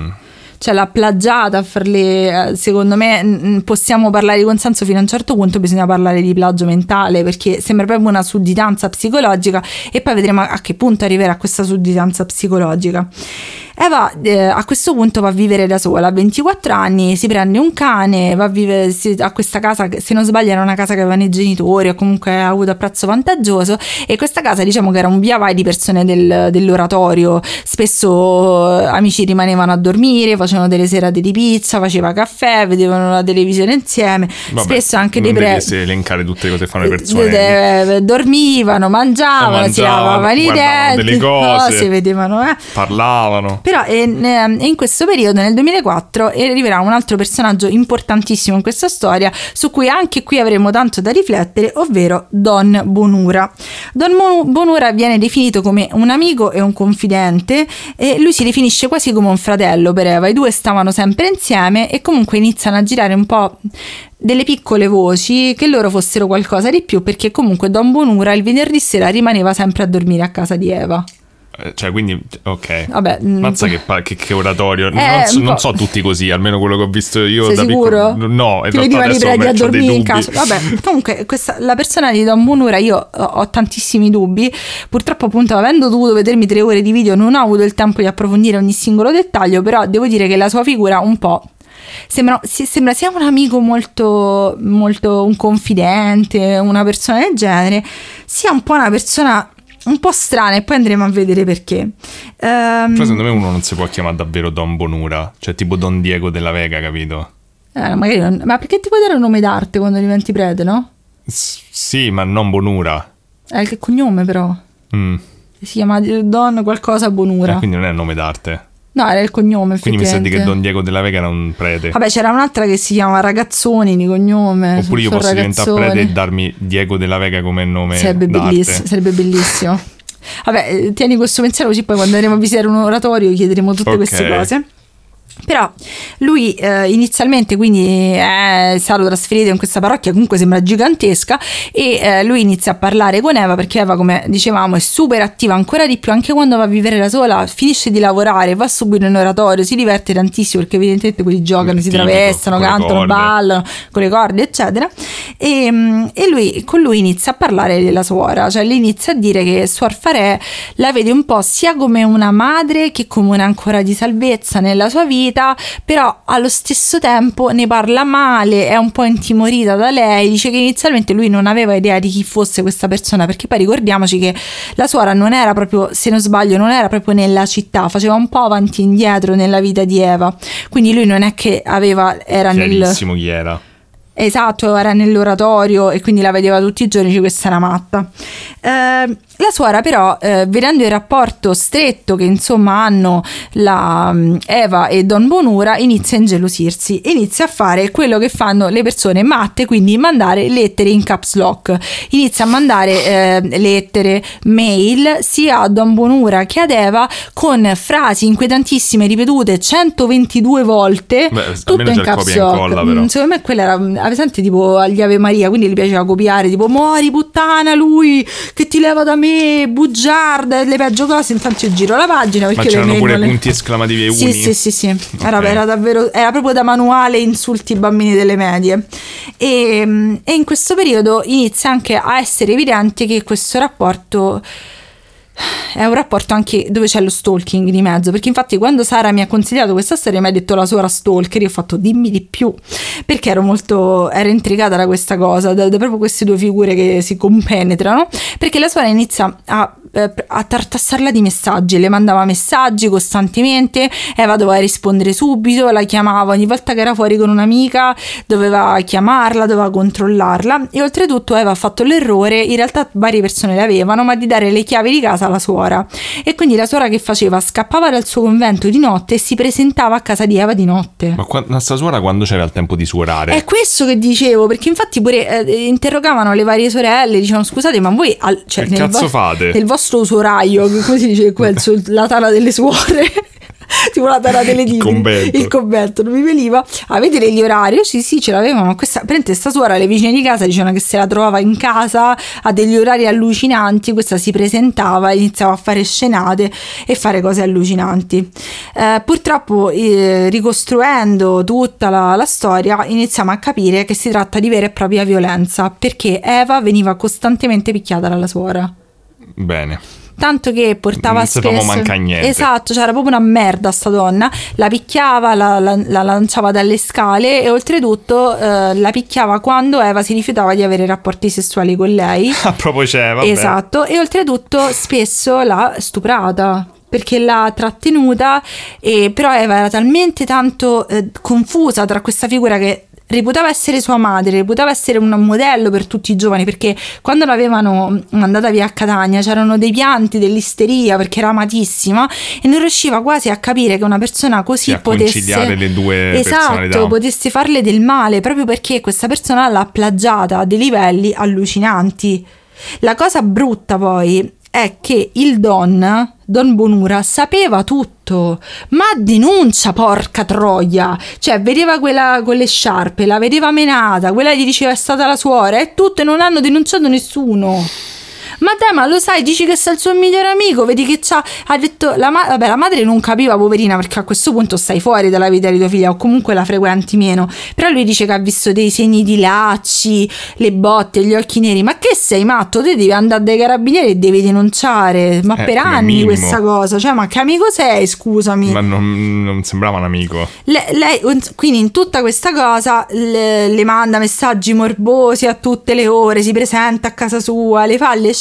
Cioè l'ha plagiata a farle... Secondo me possiamo parlare di consenso fino a un certo punto, bisogna parlare di plagio mentale, perché sembra proprio una sudditanza psicologica, e poi vedremo a che punto arriverà questa sudditanza psicologica. Eva a questo punto va a vivere da sola, a 24 anni, si prende un cane, va a vivere a questa casa, che se non sbaglio era una casa che avevano i genitori, o comunque ha avuto a prezzo vantaggioso, e questa casa diciamo che era un via vai di persone dell'oratorio. Spesso amici rimanevano a dormire, facevano delle serate di pizza, faceva caffè, vedevano la televisione insieme. Vabbè, spesso anche non dei devi elencare tutte le cose che fanno le persone. Dormivano, mangiavano, si lavavano i denti, delle cose, vedevano, parlavano. Però in questo periodo, nel 2004, arriverà un altro personaggio importantissimo in questa storia, su cui anche qui avremo tanto da riflettere, ovvero Don Bonura. Don Bonura viene definito come un amico e un confidente, e lui si definisce quasi come un fratello per Eva. I due stavano sempre insieme e comunque iniziano a girare un po' delle piccole voci che loro fossero qualcosa di più, perché comunque Don Bonura il venerdì sera rimaneva sempre a dormire a casa di Eva. Cioè, quindi, ok. Vabbè, mazza che oratorio. Non so tutti così, almeno quello che ho visto io. Sei da sicuro? piccolo. No, in ti realtà vedevano i preti a dormire in casa. dubbi. Vabbè, comunque la persona di Don Bonura, io ho tantissimi dubbi. Purtroppo, appunto, avendo dovuto vedermi 3 ore di video, non ho avuto il tempo di approfondire ogni singolo dettaglio. Però devo dire che la sua figura un po' sembra sia un amico molto, molto un confidente, una persona del genere, sia un po' una persona un po' strana, e poi andremo a vedere perché. Però secondo me uno non si può chiamare davvero Don Bonura, cioè tipo Don Diego della Vega, capito? Magari ma perché ti puoi dare un nome d'arte quando diventi prete, no? Sì, ma non Bonura. Che cognome però. Si chiama Don qualcosa Bonura. Quindi non è nome d'arte. No, era il cognome, Quindi mi sa di che effettivamente. Don Diego della Vega era un prete. Vabbè, c'era un'altra che si chiama Ragazzoni di cognome. Oppure io sono posso diventare ragazzoni. prete e darmi Diego della Vega come nome Sarebbe d'arte. bellissimo, sarebbe bellissimo. Vabbè, tieni questo pensiero così poi quando andremo a visitare un oratorio chiederemo tutte Ok. queste cose. Però lui inizialmente quindi è stato trasferito in questa parrocchia, comunque sembra gigantesca, e lui inizia a parlare con Eva, perché Eva, come dicevamo, è super attiva, ancora di più anche quando va a vivere da sola, finisce di lavorare, va subito in oratorio, si diverte tantissimo perché evidentemente quelli giocano, si Tipico, travestano, con le cantano, corde. ballano con le corde eccetera, e con lui inizia a parlare della suora, cioè lei inizia a dire che Suor Farè la vede un po' sia come una madre che come un'ancora di salvezza nella sua vita, però allo stesso tempo ne parla male, è un po' intimorita da lei, dice che inizialmente lui non aveva idea di chi fosse questa persona, perché poi ricordiamoci che la suora non era proprio, se non sbaglio, non era proprio nella città, faceva un po' avanti e indietro nella vita di Eva, quindi lui non è che era nel... Chiarissimo chi era. Esatto, era nell'oratorio e quindi la vedeva tutti i giorni, dice questa era matta. La suora però, vedendo il rapporto stretto che insomma hanno la Eva e Don Bonura, inizia a ingelosirsi, inizia a fare quello che fanno le persone matte, quindi mandare lettere in caps lock, inizia a mandare lettere, mail sia a Don Bonura che ad Eva con frasi inquietantissime ripetute 122 volte. Beh, tutto almeno in c'è il caps copia e lock. incolla, però. Secondo me quella era presente tipo agli Ave Maria, quindi gli piaceva copiare tipo muori puttana lui che ti leva da me, bugiarda, le peggio cose. Intanto io giro la pagina perché Ma le c'erano mail pure non le- punti esclamativi e sì, uni? sì. Era, Ok. era davvero, era proprio da manuale insulti bambini delle medie. E in questo periodo inizia anche a essere evidente che questo rapporto è un rapporto anche dove c'è lo stalking di mezzo, perché infatti quando Sara mi ha consigliato questa storia mi ha detto la suora stalker, io ho fatto dimmi di più, perché ero intrigata da questa cosa, da proprio queste due figure che si compenetrano, perché la suora inizia a tartassarla di messaggi, le mandava messaggi costantemente, Eva doveva rispondere subito, la chiamava ogni volta che era fuori con un'amica, doveva chiamarla, doveva controllarla, e oltretutto Eva ha fatto l'errore, in realtà varie persone le avevano, ma di dare le chiavi di casa alla suora, e quindi la suora che faceva? Scappava dal suo convento di notte e si presentava a casa di Eva di notte. Ma sta suora quando c'era il tempo di suorare? È questo che dicevo, perché infatti pure interrogavano le varie sorelle, dicevano scusate ma voi cioè, Che cazzo fate? nel vostro usoraio, che come si dice qua, la tana delle suore tipo la tana delle dive, il convento non mi veniva, avete degli orari? Sì ce l'avevano, ma questa suora, le vicine di casa dicevano che se la trovava in casa a degli orari allucinanti, questa si presentava, iniziava a fare scenate e fare cose allucinanti. Purtroppo ricostruendo tutta la storia iniziamo a capire che si tratta di vera e propria violenza, perché Eva veniva costantemente picchiata dalla suora. Bene. Tanto che portava non si spesso... manca niente. Esatto, c'era proprio una merda sta donna, la picchiava, la lanciava dalle scale e oltretutto la picchiava quando Eva si rifiutava di avere rapporti sessuali con lei. A proposito, vabbè. Esatto, e oltretutto spesso l'ha stuprata, perché l'ha trattenuta, e però Eva era talmente tanto confusa tra questa figura che reputava essere sua madre, reputava essere un modello per tutti i giovani, perché quando l'avevano mandata via a Catania c'erano dei pianti, dell'isteria, perché era amatissima e non riusciva quasi a capire che una persona così potesse conciliare le due personalità. potesse farle del male, proprio perché questa persona l'ha plagiata a dei livelli allucinanti. La cosa brutta poi è che il Don Bonura sapeva tutto, ma denuncia, porca troia, cioè vedeva quella con le sciarpe, la vedeva menata, quella gli diceva è stata la suora e tutto, e non hanno denunciato nessuno. Ma dai, ma lo sai, dici che sei il suo migliore amico, vedi che ha detto la madre non capiva, poverina, perché a questo punto stai fuori dalla vita di tua figlia o comunque la frequenti meno, però lui dice che ha visto dei segni di lacci, le botte, gli occhi neri. Ma che sei matto? Te devi andare dai carabinieri e devi denunciare, ma per anni minimo. questa cosa, cioè ma che amico sei, scusami? Ma non sembrava un amico. Lei quindi in tutta questa cosa le manda messaggi morbosi a tutte le ore, si presenta a casa sua, le fa le scene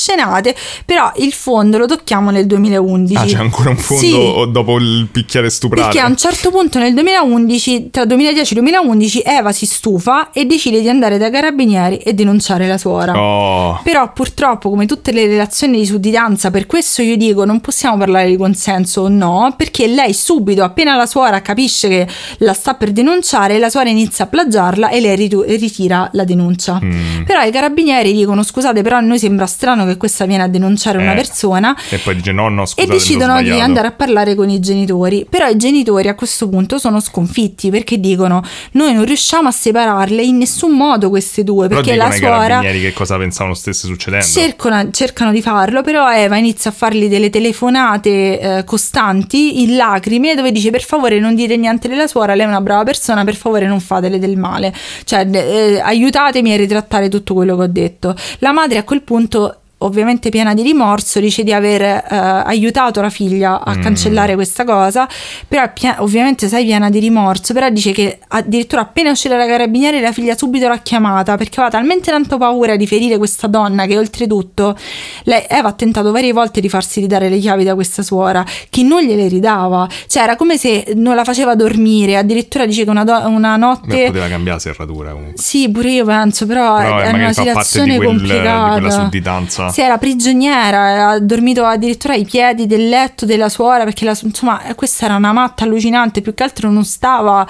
inscenate, però il fondo lo tocchiamo nel 2011. Ah, c'è ancora un fondo sì, dopo il picchiare stuprato? perché a un certo punto nel 2011, tra 2010 e 2011, Eva si stufa e decide di andare dai carabinieri e denunciare la suora. Oh. Però purtroppo, come tutte le relazioni di sudditanza, per questo io dico non possiamo parlare di consenso o no, perché lei subito, appena la suora capisce che la sta per denunciare, la suora inizia a plagiarla e lei ritira la denuncia. Però i carabinieri dicono: scusate, però a noi sembra strano che questa viene a denunciare una persona, e poi dice no scusate, e decidono di andare a parlare con i genitori. Però i genitori a questo punto sono sconfitti, perché dicono: noi non riusciamo a separarle in nessun modo queste due, però perché la ai suora, carabinieri che cosa pensavano stesse succedendo, cercano di farlo, però Eva inizia a fargli delle telefonate costanti in lacrime, dove dice: per favore non dite niente della suora, lei è una brava persona, per favore non fatele del male, cioè aiutatemi a ritrattare tutto quello che ho detto. La madre a quel punto, ovviamente piena di rimorso, dice di aver aiutato la figlia a cancellare questa cosa, però ovviamente sei piena di rimorso, però dice che addirittura appena uscita dai carabinieri la figlia subito l'ha chiamata, perché aveva talmente tanto paura di ferire questa donna che oltretutto Eva ha tentato varie volte di farsi ridare le chiavi da questa suora, che non gliele ridava, cioè era come se non la faceva dormire, addirittura dice che una notte poteva cambiare la serratura comunque. Sì, pure io penso, però è una situazione complicata, di quella sudditanza. Sì, era prigioniera, ha dormito addirittura ai piedi del letto della suora, perché insomma questa era una matta allucinante, più che altro non stava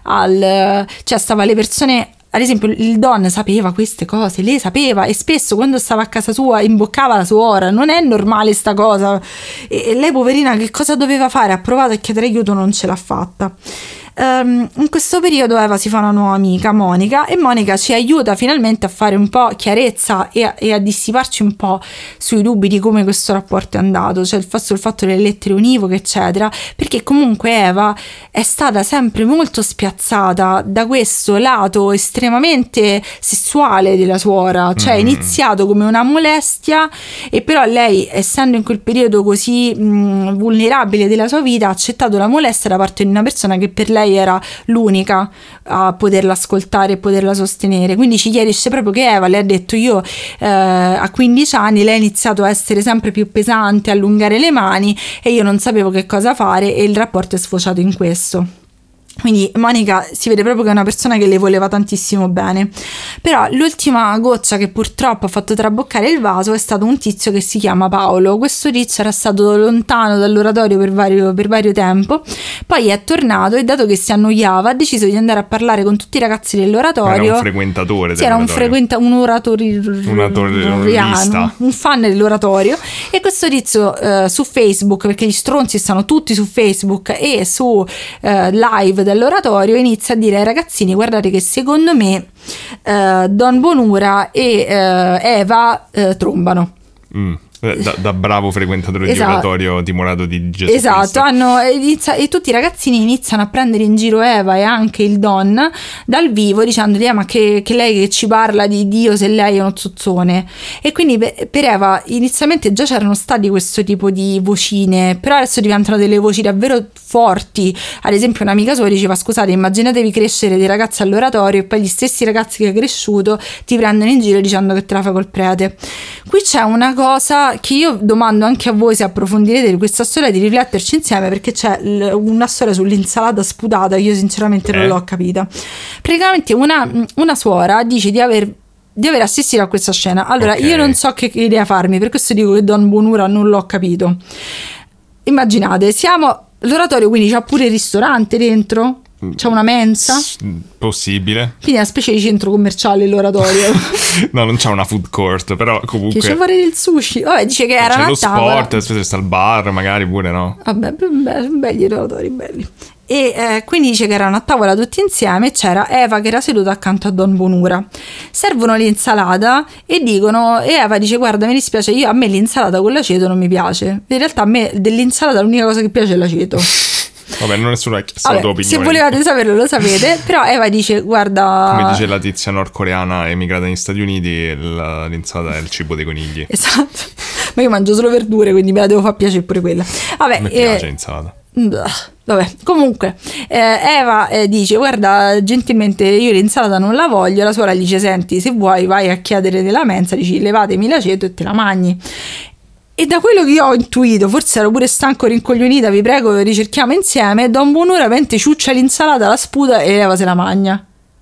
cioè stava alle persone. Ad esempio il Don sapeva queste cose, lei sapeva, e spesso quando stava a casa sua imboccava la suora. Non è normale sta cosa, e lei poverina che cosa doveva fare? Ha provato a chiedere aiuto, non ce l'ha fatta. In questo periodo Eva si fa una nuova amica, Monica, e Monica ci aiuta finalmente a fare un po' chiarezza e a dissiparci un po' sui dubbi di come questo rapporto è andato, cioè il fatto delle lettere univoche eccetera, perché comunque Eva è stata sempre molto spiazzata da questo lato estremamente sessuale della suora, cioè è iniziato come una molestia, e però lei, essendo in quel periodo così vulnerabile della sua vita, ha accettato la molestia da parte di una persona che per lei era l'unica a poterla ascoltare e poterla sostenere. Quindi ci chiarisce proprio che Eva le ha detto: io a 15 anni lei ha iniziato a essere sempre più pesante, a allungare le mani, e io non sapevo che cosa fare, e il rapporto è sfociato in questo. Quindi Monica si vede proprio che è una persona che le voleva tantissimo bene. Però l'ultima goccia che purtroppo ha fatto traboccare il vaso è stato un tizio che si chiama Paolo. Questo tizio era stato lontano dall'oratorio per vario tempo, poi è tornato, e dato che si annoiava ha deciso di andare a parlare con tutti i ragazzi dell'oratorio. Era un frequentatore dell'oratorio. Un oratoriano, un fan dell'oratorio. E questo tizio su Facebook, perché gli stronzi stanno tutti su Facebook e su live dell'oratorio, inizia a dire ai ragazzini: guardate che secondo me Don Bonura e Eva trombano. Da bravo frequentatore di oratorio timorato di Gesù Cristo. E tutti i ragazzini iniziano a prendere in giro Eva e anche il Don dal vivo, dicendogli: ma che lei che ci parla di Dio, se lei è uno zozzone. E quindi per Eva inizialmente già c'erano stati questo tipo di vocine, però adesso diventano delle voci davvero forti. Ad esempio un'amica sua diceva: scusate, immaginatevi crescere dei ragazzi all'oratorio e poi gli stessi ragazzi che hai cresciuto ti prendono in giro dicendo che te la fai col prete. Qui c'è una cosa che io domando anche a voi, se approfondirete di questa storia, di rifletterci insieme, perché c'è una storia sull'insalata sputata che io sinceramente non l'ho capita. Praticamente una suora dice di aver assistito a questa scena. Allora io non so che idea farmi, per questo dico che Don Bonura non l'ho capito. Immaginate, siamo all'oratorio, quindi c'ha pure il ristorante dentro, c'è una mensa possibile, quindi è una specie di centro commerciale l'oratorio. No, non c'è una food court, però comunque che c'è fare del sushi. Vabbè, dice che era c'è una lo tavola. sport, aspetta, sta il bar magari pure, no? Vabbè, belli i oratori, belli. E quindi dice che era una tavola tutti insieme, c'era Eva che era seduta accanto a Don Bonura. Servono l'insalata e Eva dice: guarda, mi dispiace, a me l'insalata con l'aceto non mi piace. In realtà a me dell'insalata l'unica cosa che piace è l'aceto. Vabbè, non nessuno ha chiesto la tua opinione. Se volevate saperlo lo sapete. Però Eva dice: guarda, come dice la tizia nordcoreana emigrata negli Stati Uniti, l'insalata è il cibo dei conigli. Esatto. Ma io mangio solo verdure, quindi me la devo far piacere pure quella. Vabbè, mi piace l'insalata. Vabbè, comunque Eva dice: guarda, gentilmente io l'insalata non la voglio. La suora gli dice: senti, se vuoi vai a chiedere nella mensa, dici levatemi l'aceto e te la mangi. E da quello che io ho intuito, forse ero pure stanco, rincoglionita, vi prego ricerchiamo insieme, Don Bonura mente ciuccia l'insalata, la sputa e Eva se la magna.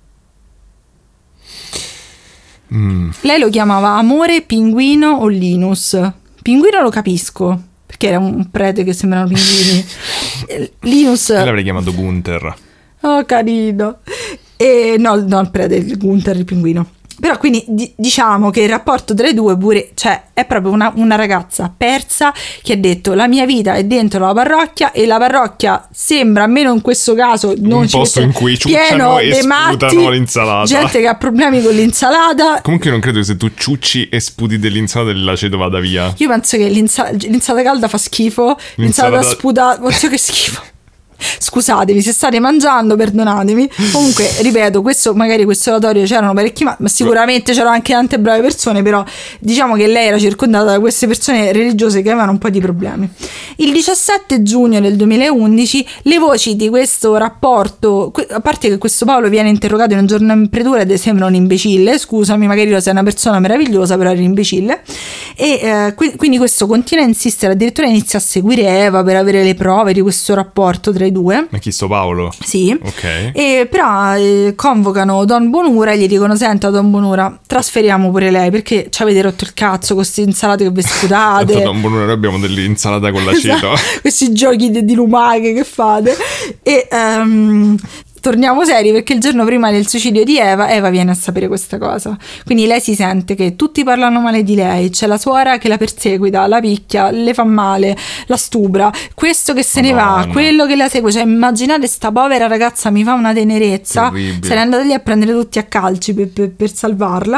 Lei lo chiamava Amore, Pinguino o Linus. Pinguino lo capisco, perché era un prete che sembrano pinguini. Linus Io l'avrei chiamato Gunther. oh carino. E no il prete, il Gunther, il pinguino. Però quindi diciamo che il rapporto tra i due pure, cioè è proprio una ragazza persa che ha detto la mia vita è dentro la parrocchia e la parrocchia sembra, almeno in questo caso, non un posto in cui ciucciano e sputano l'insalata, gente che ha problemi con l'insalata. Comunque non credo che se tu ciucci e sputi dell'insalata l'aceto vada via. Io penso che l'insalata calda fa schifo, l'insalata sputata, oddio che schifo. Scusatemi se state mangiando, perdonatemi. Comunque ripeto, magari questo oratorio c'erano parecchi, ma sicuramente c'erano anche tante brave persone, però diciamo che lei era circondata da queste persone religiose che avevano un po' di problemi. Il 17 giugno del 2011 le voci di questo rapporto, a parte che questo Paolo viene interrogato in un giorno in pretura ed sembra un imbecille, scusami, magari lo sei una persona meravigliosa, però eri imbecille, e quindi questo continua a insistere, addirittura inizia a seguire Eva per avere le prove di questo rapporto tra i due. Ma chi sto Paolo? Sì. Ok. E però convocano Don Bonura e gli dicono: senta Don Bonura, trasferiamo pure lei perché ci avete rotto il cazzo con queste insalate che vi sputate. Don Bonura, noi abbiamo dell'insalata con l'aceto. Esatto, questi giochi di lumache che fate. E torniamo seri, perché il giorno prima del suicidio di Eva viene a sapere questa cosa. Quindi lei si sente che tutti parlano male di lei, c'è la suora che la perseguita, la picchia, le fa male, la stupra, questo che se ne va, quello che la segue. Cioè immaginate sta povera ragazza, mi fa una tenerezza. Terribile. Se n'è andata lì a prendere tutti a calci per salvarla.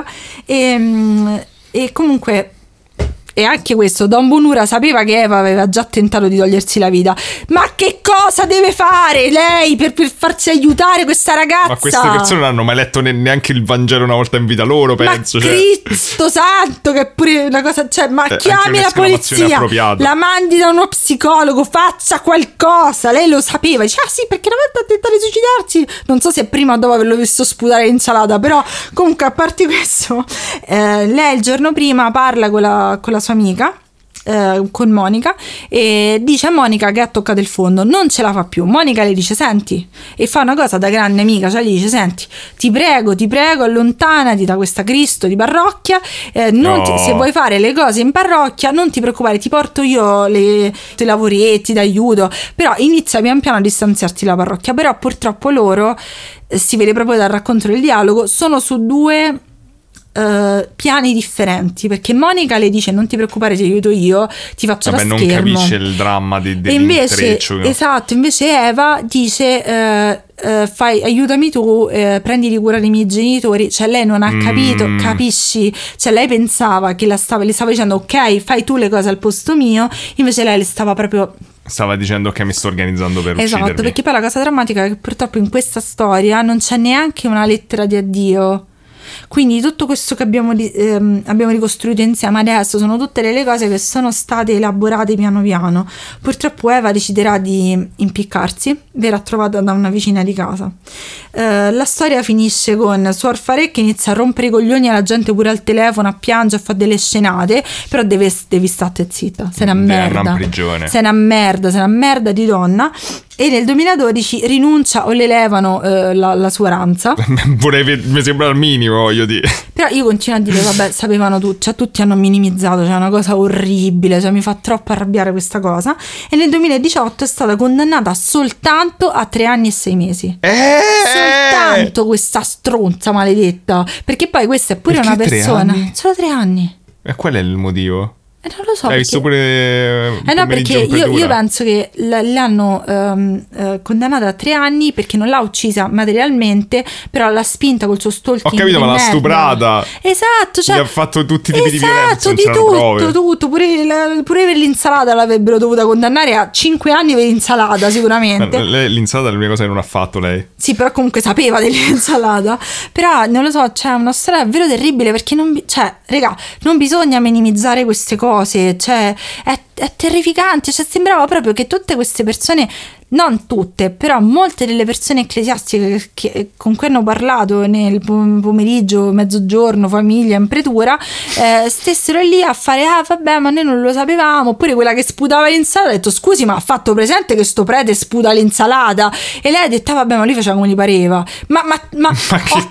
E comunque... E anche questo, Don Bonura sapeva che Eva aveva già tentato di togliersi la vita. Ma che cosa deve fare lei per farsi aiutare questa ragazza? Ma queste persone non hanno mai letto neanche il Vangelo una volta in vita loro, penso. Ma Cristo santo, che è pure una cosa... Cioè, ma chiami la polizia, la mandi da uno psicologo, faccia qualcosa. Lei lo sapeva, dice, ah sì, perché una volta ha tentato di suicidarsi. Non so se prima o dopo averlo visto sputare l'insalata, però comunque a parte questo, lei il giorno prima parla con la sua amica, con Monica, e dice a Monica che ha toccato il fondo, non ce la fa più. Monica le dice senti, e fa una cosa da grande amica, cioè gli dice senti, ti prego allontanati da questa Cristo di parrocchia, se vuoi fare le cose in parrocchia non ti preoccupare, ti porto io i lavoretti d'aiuto, però inizia pian piano a distanziarti dalla parrocchia. Però purtroppo loro, si vede proprio dal racconto del dialogo, sono su due piani differenti, perché Monica le dice non ti preoccupare, ti aiuto io, ti faccio da schermo. Non capisce il dramma dell'intreccio. Esatto, invece Eva dice aiutami tu, prendi di cura dei miei genitori. Cioè lei non ha capito, capisci? Cioè lei pensava che le stava dicendo ok, fai tu le cose al posto mio, invece lei le stava proprio... Stava dicendo che mi sto organizzando per uccidermi. Esatto, perché poi la cosa drammatica è che purtroppo in questa storia non c'è neanche una lettera di addio. Quindi tutto questo che abbiamo ricostruito insieme adesso sono tutte le cose che sono state elaborate piano piano. Purtroppo Eva deciderà di impiccarsi, verrà trovata da una vicina di casa. La storia finisce con Suor Farè che inizia a rompere i coglioni alla gente pure al telefono, a piangere, a fare delle scenate, però devi stare zitta, sei una merda, sei una merda di donna. E nel 2012 rinuncia o le levano la sua ranza. Mi sembra il minimo, voglio dire. Però io continuo a dire, vabbè, sapevano tutti, cioè tutti hanno minimizzato, cioè una cosa orribile, cioè mi fa troppo arrabbiare questa cosa. E nel 2018 è stata condannata soltanto a 3 anni e 6 mesi. Soltanto questa stronza maledetta. Perché poi questa è pure perché una persona. 3 anni? Solo 3 anni. E qual è il motivo? Non lo so. L'hai visto pure... no, perché io penso che l'hanno condannata a 3 anni perché non l'ha uccisa materialmente, però l'ha spinta col suo stalking. Ho capito, ma l'ha stuprata. Esatto, cioè, gli ha fatto tutti i tipi di violenza. Di tutto. Pure per l'insalata l'avrebbero dovuta condannare a 5 anni per l'insalata, sicuramente. L'insalata è l'unica cosa che non ha fatto lei. Sì, però comunque sapeva dell'insalata. Però non lo so, c'è una storia davvero terribile, perché non bisogna minimizzare queste cose. cose, cioè è terrificante, cioè sembrava proprio che tutte queste persone, non tutte, però molte delle persone ecclesiastiche con cui hanno parlato nel pomeriggio, mezzogiorno, famiglia, in pretura, stessero lì a fare vabbè, ma noi non lo sapevamo. Oppure quella che sputava l'insalata ha detto scusi, ma ha fatto presente che sto prete sputa l'insalata? E lei ha detto vabbè, ma lui faceva come gli pareva. Ma ho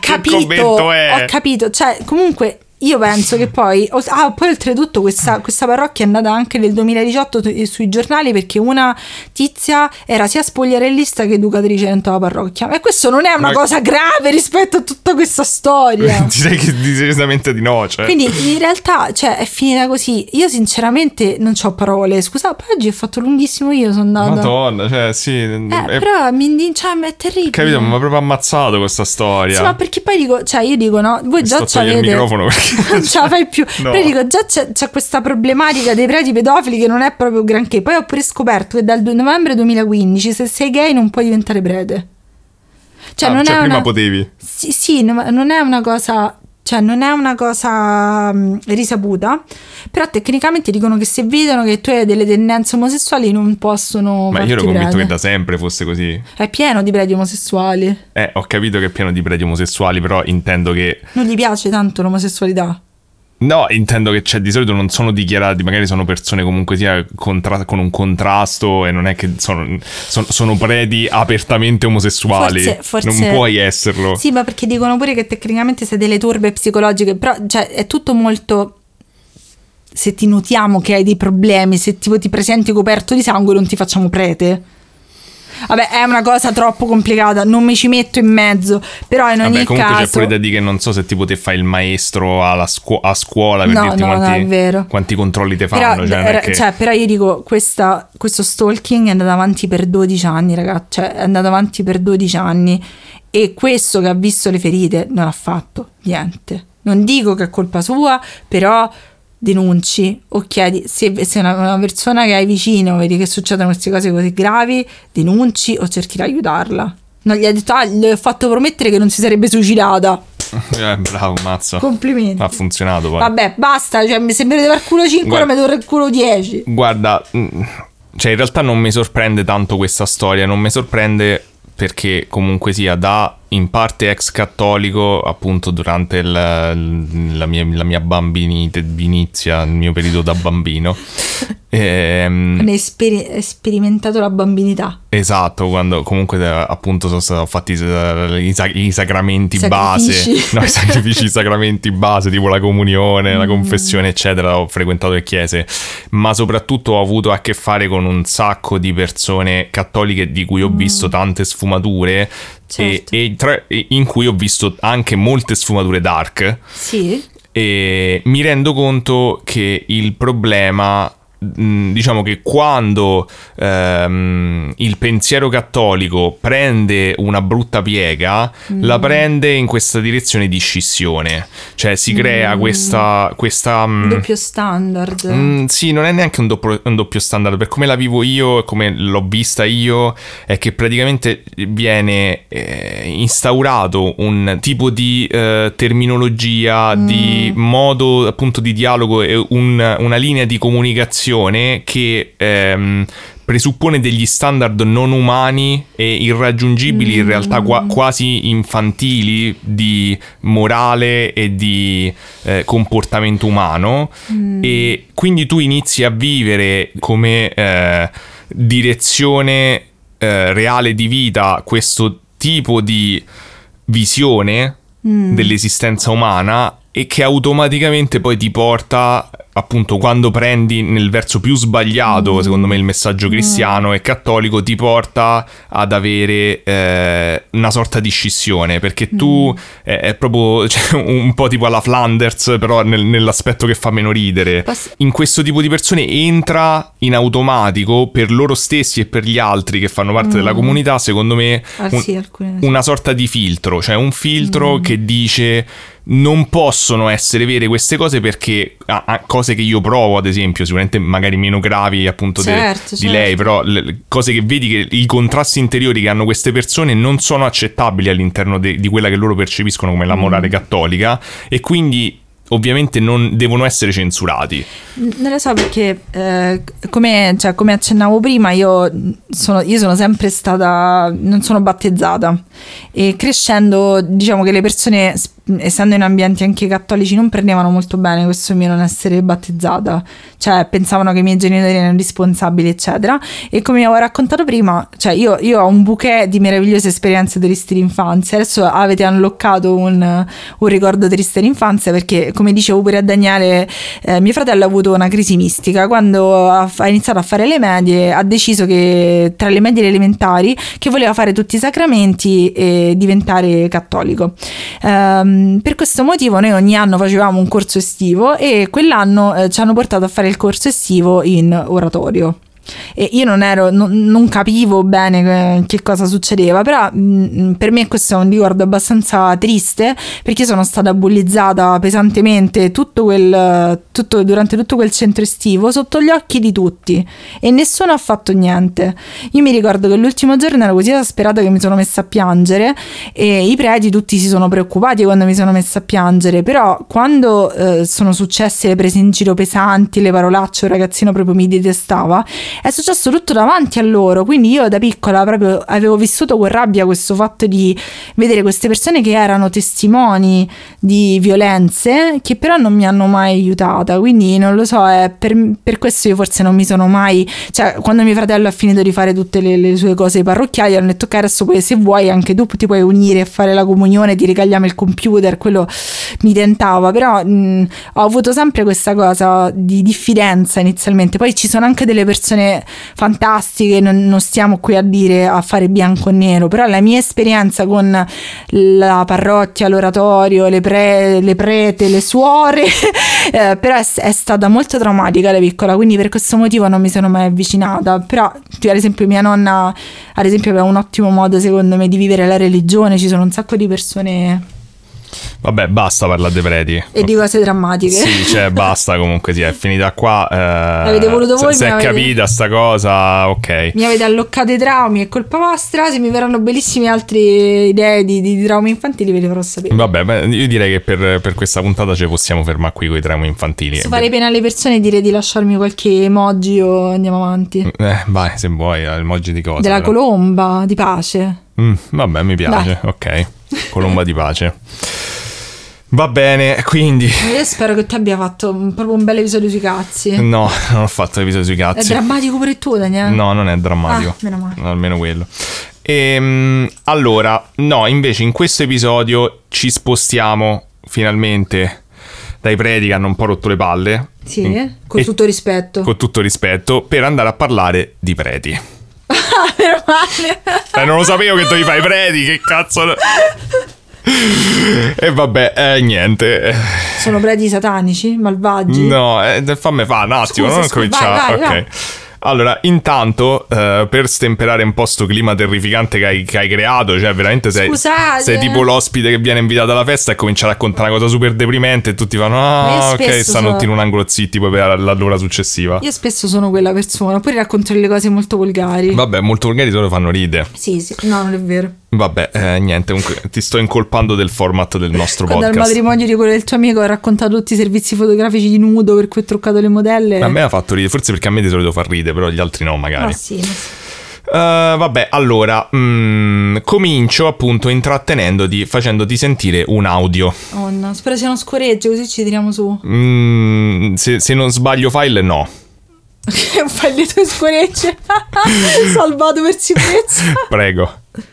capito, cioè comunque io penso che poi oltretutto questa parrocchia è nata anche nel 2018 sui giornali perché una tizia era sia spogliarellista che educatrice dentro la parrocchia, e questo non è una cosa grave rispetto a tutta questa storia. Direi che decisamente di no, cioè. Quindi in realtà, cioè, è finita così. Io sinceramente non c'ho parole, scusa, poi oggi ho fatto lunghissimo, io sono andata, Madonna, cioè sì, però cioè, è terribile, capito, mi ha proprio ammazzato questa storia. Sì, ma perché poi io dico no, voi già c'avete il microfono perché non ce la fai più. No. Però dico già c'è questa problematica dei preti pedofili che non è proprio granché. Poi ho pure scoperto che dal novembre 2015 se sei gay non puoi diventare prete. Cioè non è prima potevi. Sì, non è una cosa, cioè non è una cosa risaputa, però tecnicamente dicono che se vedono che tu hai delle tendenze omosessuali non possono. Ma io ero convinto che da sempre fosse così. È pieno di preti omosessuali. Ho capito che è pieno di preti omosessuali, però intendo che non gli piace tanto l'omosessualità. No, intendo che di solito non sono dichiarati, magari sono persone comunque sia con un contrasto, e non è che sono preti apertamente omosessuali. Forse non puoi esserlo. Sì, ma perché dicono pure che tecnicamente sei delle turbe psicologiche, però cioè, è tutto molto. Se ti notiamo che hai dei problemi, se tipo ti presenti coperto di sangue, non ti facciamo prete. Vabbè, è una cosa troppo complicata, non mi ci metto in mezzo, però in ogni comunque caso c'è pure da dire che non so se tipo te fai il maestro a scuola per dirti quanti controlli te fanno, però, però io dico questo stalking è andato avanti per 12 anni, ragazzi, cioè è andato avanti per 12 anni, e questo che ha visto le ferite non ha fatto niente. Non dico che è colpa sua, però denunci o chiedi, se una persona che hai vicino vedi che succedono queste cose così gravi, denunci o cerchi di aiutarla. Non gli ha detto le ho fatto promettere che non si sarebbe suicidata. Bravo, mazzo, complimenti, ha funzionato poi. Vabbè, basta, cioè mi sembra di aver culo 5, ora mi dovrei il culo 10. Guarda, cioè in realtà non mi sorprende tanto questa storia, non mi sorprende perché comunque sia da in parte ex cattolico, appunto durante la mia bambinizia, il mio periodo da bambino. Hai sperimentato la bambinità. Esatto, quando comunque appunto sono stati fatti i sacramenti base, i sacrifici, i sacramenti base, tipo la comunione, la confessione, eccetera. Ho frequentato le chiese, ma soprattutto ho avuto a che fare con un sacco di persone cattoliche di cui ho visto tante sfumature. Certo. E in cui ho visto anche molte sfumature dark. Sì. E mi rendo conto che il problema, diciamo che quando il pensiero cattolico prende una brutta piega, la prende in questa direzione di scissione, cioè si crea questa doppio standard. Sì, non è neanche un doppio standard, per come la vivo io e come l'ho vista io, è che praticamente viene instaurato un tipo di terminologia, di modo appunto di dialogo e una linea di comunicazione che presuppone degli standard non umani e irraggiungibili, in realtà quasi infantili, di morale e di comportamento umano, e quindi tu inizi a vivere come direzione reale di vita questo tipo di visione dell'esistenza umana, e che automaticamente poi ti porta, appunto, quando prendi nel verso più sbagliato, secondo me, il messaggio cristiano e cattolico, ti porta ad avere una sorta di scissione, perché tu è proprio, cioè, un po' tipo alla Flanders, però nell'aspetto che fa meno ridere. In questo tipo di persone entra in automatico, per loro stessi e per gli altri che fanno parte della comunità, secondo me, una sorta di filtro, cioè un filtro che dice: non possono essere vere queste cose, perché cose che io provo, ad esempio, sicuramente magari meno gravi appunto di lei, però cose che vedi, che i contrasti interiori che hanno queste persone non sono accettabili all'interno di quella che loro percepiscono come la morale cattolica, e quindi ovviamente non devono essere censurati. Non lo so perché come accennavo prima io sono sempre stata, non sono battezzata, e crescendo diciamo che le persone, essendo in ambienti anche cattolici, non prendevano molto bene questo mio non essere battezzata, cioè pensavano che i miei genitori erano responsabili eccetera. E come avevo raccontato prima, cioè io ho un bouquet di meravigliose esperienze tristi d'infanzia. Adesso avete unlockato un ricordo triste d'infanzia, perché come dicevo pure a Daniele, mio fratello ha avuto una crisi mistica quando ha iniziato a fare le medie. Ha deciso che tra le medie e le elementari che voleva fare tutti i sacramenti e diventare cattolico. Per questo motivo noi ogni anno facevamo un corso estivo, e quell'anno ci hanno portato a fare il corso estivo in oratorio. E io non capivo bene che cosa succedeva, però per me questo è un ricordo abbastanza triste, perché sono stata bullizzata pesantemente durante tutto quel centro estivo sotto gli occhi di tutti, e nessuno ha fatto niente. Io mi ricordo che l'ultimo giorno ero così esasperata che mi sono messa a piangere, e i preti tutti si sono preoccupati quando mi sono messa a piangere, però quando sono successe le prese in giro pesanti, le parolacce, un ragazzino proprio mi detestava, è successo tutto davanti a loro. Quindi io da piccola proprio avevo vissuto con rabbia questo fatto di vedere queste persone che erano testimoni di violenze, che però non mi hanno mai aiutata. Quindi non lo so, per questo io forse non mi sono mai, cioè quando mio fratello ha finito di fare tutte le sue cose parrocchiali, hanno detto ok, adesso poi se vuoi anche tu ti puoi unire a fare la comunione, ti regaliamo il computer. Quello mi tentava, però ho avuto sempre questa cosa di diffidenza inizialmente. Poi ci sono anche delle persone fantastiche, non stiamo qui a fare bianco e nero, però la mia esperienza con la parrocchia, l'oratorio, le prete, le suore però è stata molto traumatica da piccola, quindi per questo motivo non mi sono mai avvicinata. Però ad esempio mia nonna aveva un ottimo modo secondo me di vivere la religione. Ci sono un sacco di persone. Vabbè, basta parlare dei preti E di cose drammatiche. Sì, cioè basta, comunque è finita qua. Avete voluto voi, se è capita sta cosa, ok. Mi avete alloccato i traumi, è colpa vostra. Se mi verranno bellissime altre idee di traumi infantili ve le farò sapere. Vabbè, io direi che per questa puntata ci possiamo fermare qui con i traumi infantili. Se fare pena alle persone, direi di lasciarmi qualche emoji o andiamo avanti. Vai, se vuoi, emoji di cosa? Della colomba, di pace. Vabbè, mi piace, Dai. Ok. Colomba di pace. Va bene, quindi Io spero che tu abbia fatto proprio un bel episodio sui cazzi. no, non ho fatto l'episodio sui cazzi. È drammatico pure tu, Daniele? No, non è drammatico. Meno male. Almeno quello. Allora, no, invece in questo episodio ci spostiamo finalmente dai preti che hanno un po' rotto le palle. Sì, con tutto rispetto. Con tutto rispetto, per andare a parlare di preti. Meno male. Non lo sapevo che dovevi fare i preti, che cazzo. E vabbè, niente. Sono preti satanici, malvagi? No, fammi fare un attimo, Scusa, non cominciare. vai. Ok. Allora, intanto, per stemperare un po' sto clima terrificante che hai creato, cioè veramente sei tipo l'ospite che viene invitato alla festa e comincia a raccontare una cosa super deprimente e tutti fanno ok, stanno tutti in un angolo zitti poi per l'ora successiva. Io spesso sono quella persona, poi racconto delle cose molto volgari. Vabbè, molto volgari solo fanno ride. Sì, no, non è vero. Vabbè, niente, comunque ti sto incolpando del format del nostro Quando podcast. al matrimonio di quello del tuo amico ho raccontato tutti i servizi fotografici di nudo per cui ho truccato le modelle. A me ha fatto ridere, forse perché a me di solito fa ridere, però gli altri no, magari. Ma sì. Vabbè, allora comincio appunto intrattenendoti, facendoti sentire un audio. Oh no, spero sia uno scoreggio, così ci tiriamo su. Se non sbaglio file, no. Fai le tue scoregge. Salvato per sicurezza. Prego.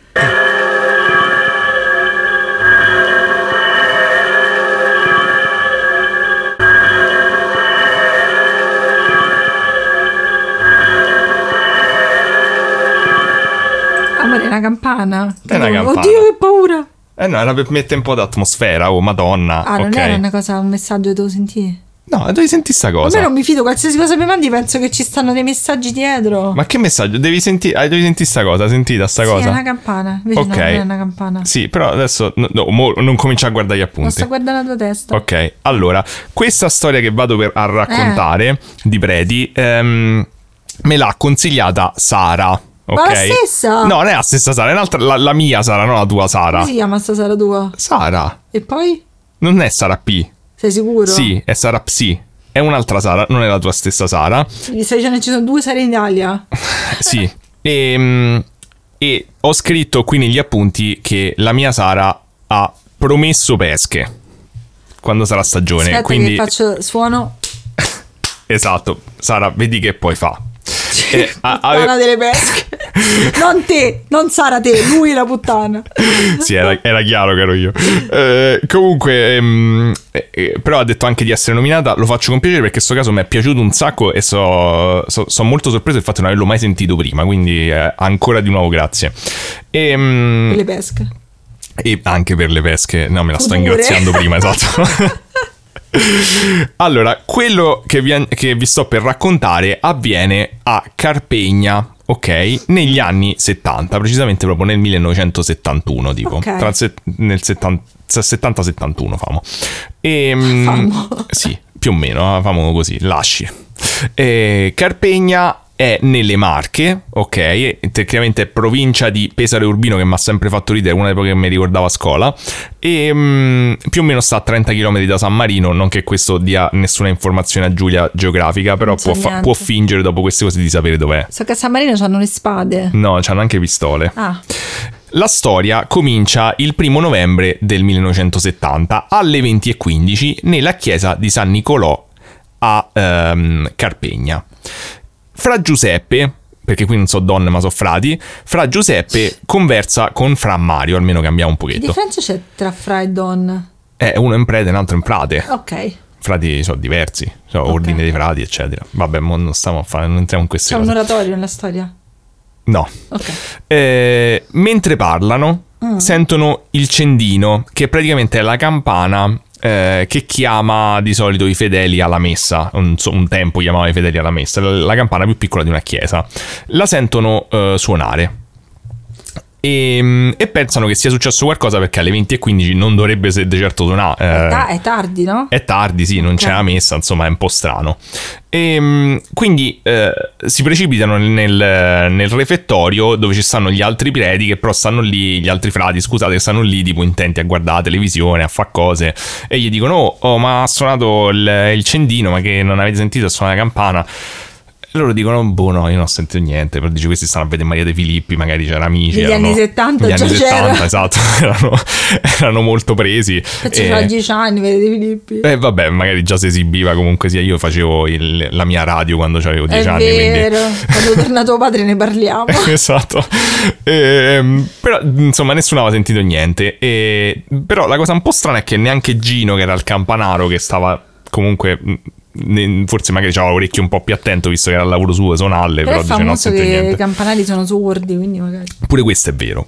Amore, è una campana. È una campana. Oddio, che paura. No, era per mettere un po' d'atmosfera, oh madonna. Ah, non ok. era una cosa, un messaggio che devo sentire? No, devi sentire sta A cosa. me non mi fido, qualsiasi cosa mi mandi penso che ci stanno dei messaggi dietro. Ma che messaggio? Devi sentire sta cosa, sentita sta Sì, cosa? è una campana, invece Ok. no, non è una campana. Sì, però adesso non comincia a guardare gli Non appunti. sto guardando la tua testa. Ok, allora, questa storia che vado a raccontare di preti me l'ha consigliata Sara. Ok? Ma la stessa? No, non è la stessa Sara, è un'altra, la mia Sara, non la tua Sara. Come si chiama sta Sara tua? Sara, E poi? non è Sara P. Sei sicuro? Sì, è Sara Psi. È un'altra Sara, non è la tua stessa Sara. Quindi stai dicendo ci sono 2 Sare in Italia? Sì. E ho scritto qui negli appunti che la mia Sara ha promesso pesche quando sarà stagione. Aspetta quindi che faccio suono. Esatto, Sara, vedi che poi fa. Puttana delle pesche. Non te, non Sara te, lui è la puttana. Sì, era chiaro che ero io. Comunque, però ha detto anche di essere nominata. Lo faccio con piacere perché in questo caso mi è piaciuto un sacco e sono molto sorpreso del fatto di non averlo mai sentito prima. Quindi ancora di nuovo grazie. Per le pesche. E anche per le pesche. No, me la sto Future. ingraziando prima, esatto. Allora, quello che vi sto per raccontare avviene a Carpegna, ok? Negli anni 70, precisamente proprio nel 1971, tipo. Ok. Nel 70-71, famo. Famo. Sì, più o meno, famo così, lasci. Carpegna è nelle Marche, ok? Tecnicamente è provincia di Pesaro e Urbino, che mi ha sempre fatto ridere, una delle poche che mi ricordavo a scuola. E più o meno sta a 30 km da San Marino. Non che questo dia nessuna informazione a Giulia geografica, però può fingere dopo queste cose di sapere dov'è. So che a San Marino c'hanno le spade. No, c'hanno anche pistole. Ah. La storia comincia il 1 novembre del 1970 alle 20:15 nella chiesa di San Nicolò a Carpegna. Fra Giuseppe, perché qui non so donne ma so frati, Fra Giuseppe conversa con Fra Mario, almeno cambiamo un Che pochetto. differenza c'è tra fra e donna? Uno è in prete e l'altro in frate. Ok. Frati sono diversi, sono Ok. ordine dei frati, eccetera. Vabbè, non stiamo a fare, non entriamo in queste C'è un cose. oratorio nella storia? No. Ok. Mentre parlano, sentono il cendino, che praticamente è la campana che chiama di solito i fedeli alla messa. Un tempo chiamava i fedeli alla messa, la campana più piccola di una chiesa. La sentono suonare. E pensano che sia successo qualcosa, perché alle 20:15 non dovrebbe di certo suonare. È tardi, no? È tardi, sì, non c'è la messa, insomma è un po' strano. Quindi si precipitano nel refettorio dove ci stanno gli altri preti, che però stanno lì, gli altri frati, scusate, che stanno lì tipo intenti a guardare la televisione, a fare cose, e gli dicono oh, ma ha suonato il cendino, ma che non avete sentito suonare la campana? E loro dicono boh, no, io non ho sentito niente. Però dice, questi stanno a vedere Maria De Filippi, magari c'erano amici, negli anni 70 negli già anni c'era. 70, esatto. erano molto presi. C'era 10 anni, vedete Filippi. Vabbè, magari già si esibiva, comunque sia. Io facevo la mia radio quando avevo 10 È anni. vero, quando è tornato padre ne parliamo. Esatto. Però insomma nessuno aveva sentito niente. Però la cosa un po' strana è che neanche Gino, che era il campanaro, che stava comunque, forse magari c'aveva l'orecchio un po' più attento, visto che era il lavoro suo suonarle, però è dice non ho famoso sentito che niente. i campanari sono sordi, quindi magari. Pure questo è vero.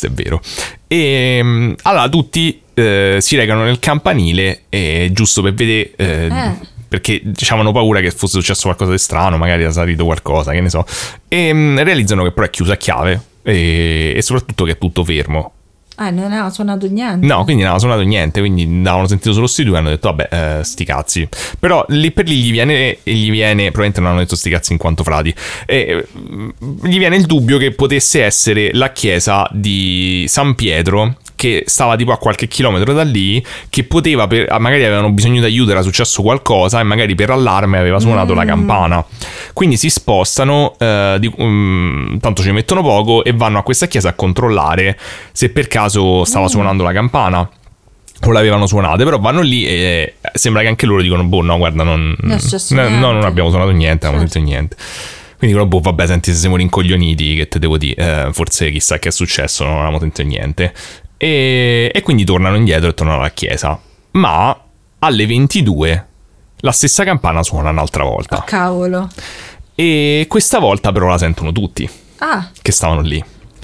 E allora tutti si recano nel campanile, giusto per vedere, perché avevano paura che fosse successo qualcosa di strano, magari era salito qualcosa, che ne so. E realizzano che però è chiusa a chiave, e soprattutto che è tutto fermo. Non aveva suonato niente. No, quindi non aveva suonato niente, quindi avevano sentito solo sti due e hanno detto vabbè, sti cazzi. Però lì per lì gli viene, probabilmente non hanno detto sti cazzi in quanto frati, gli viene il dubbio che potesse essere la chiesa di San Pietro, che stava tipo a qualche chilometro da lì, che poteva, magari avevano bisogno di aiuto, era successo qualcosa e magari per allarme aveva suonato la campana. Quindi si spostano, tanto ci mettono poco, e vanno a questa chiesa a controllare se per caso stava suonando la campana o l'avevano suonate. Però vanno lì e sembra che anche loro dicono boh, no, guarda, non abbiamo suonato niente, non abbiamo sentito niente. Quindi dicono boh, vabbè, senti, se siamo rincoglioniti, che te devo dire, forse chissà che è successo, non avevamo sentito niente. E quindi tornano indietro e tornano alla chiesa. Ma alle 22 la stessa campana suona un'altra volta. Oh, cavolo. E questa volta però la sentono tutti che stavano lì.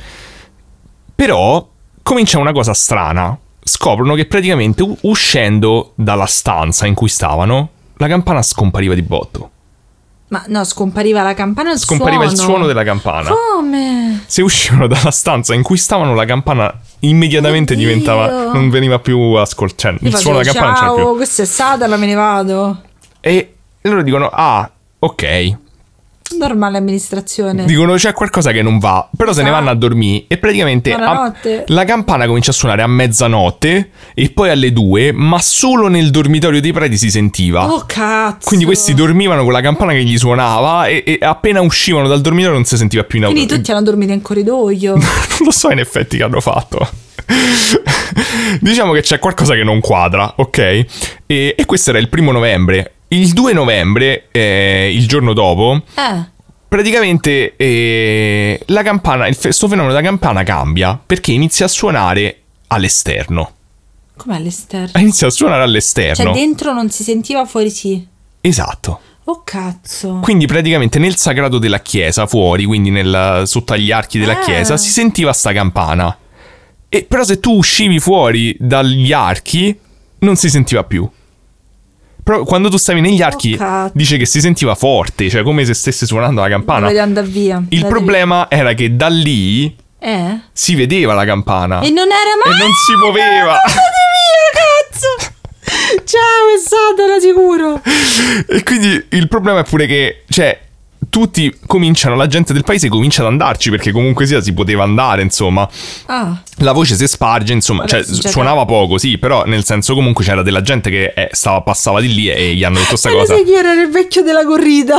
Però comincia una cosa strana. Scoprono che praticamente uscendo dalla stanza in cui stavano, la campana scompariva di botto. Ma no, scompariva la campana o il Scompariva il suono della campana. Come? Se uscivano dalla stanza in cui stavano, la campana immediatamente diventava, non veniva più ascoltata, cioè il suono della campana non c'era più. Questo è Satana, me ne vado. E loro dicono ok. Normale amministrazione. Dicono c'è qualcosa che non va, però se ne vanno a dormire e praticamente la campana comincia a suonare a mezzanotte e poi alle 2, ma solo nel dormitorio dei preti si sentiva. Oh cazzo. Quindi questi dormivano con la campana che gli suonava e appena uscivano dal dormitorio non si sentiva più in auto. Quindi tutti hanno dormito in corridoio. Non lo so in effetti che hanno fatto. Diciamo che c'è qualcosa che non quadra, ok? E questo era il 1 novembre. Il 2 novembre, il giorno dopo, praticamente la campana, sto fenomeno della campana cambia perché inizia a suonare all'esterno. Come all'esterno? Inizia a suonare all'esterno. Cioè dentro non si sentiva, fuori sì. Esatto. Oh cazzo. Quindi praticamente nel sagrato della chiesa, fuori, quindi sotto agli archi della chiesa, si sentiva sta campana. E però se tu uscivi fuori dagli archi, non si sentiva più. Però quando tu stavi negli archi dice che si sentiva forte, cioè come se stesse suonando la campana. Andare via. Il problema era che da lì si vedeva la campana. E non era mai. E non si muoveva. Andate via, cazzo. Ciao, è stata sicuro. E quindi il problema è pure che, cioè, tutti cominciano, la gente del paese comincia ad andarci perché comunque sia si poteva andare, insomma. La voce si sparge, insomma. Cioè suonava poco, sì, però nel senso comunque c'era della gente che passava di lì e gli hanno detto sta cosa. Sai chi era il vecchio della corrida?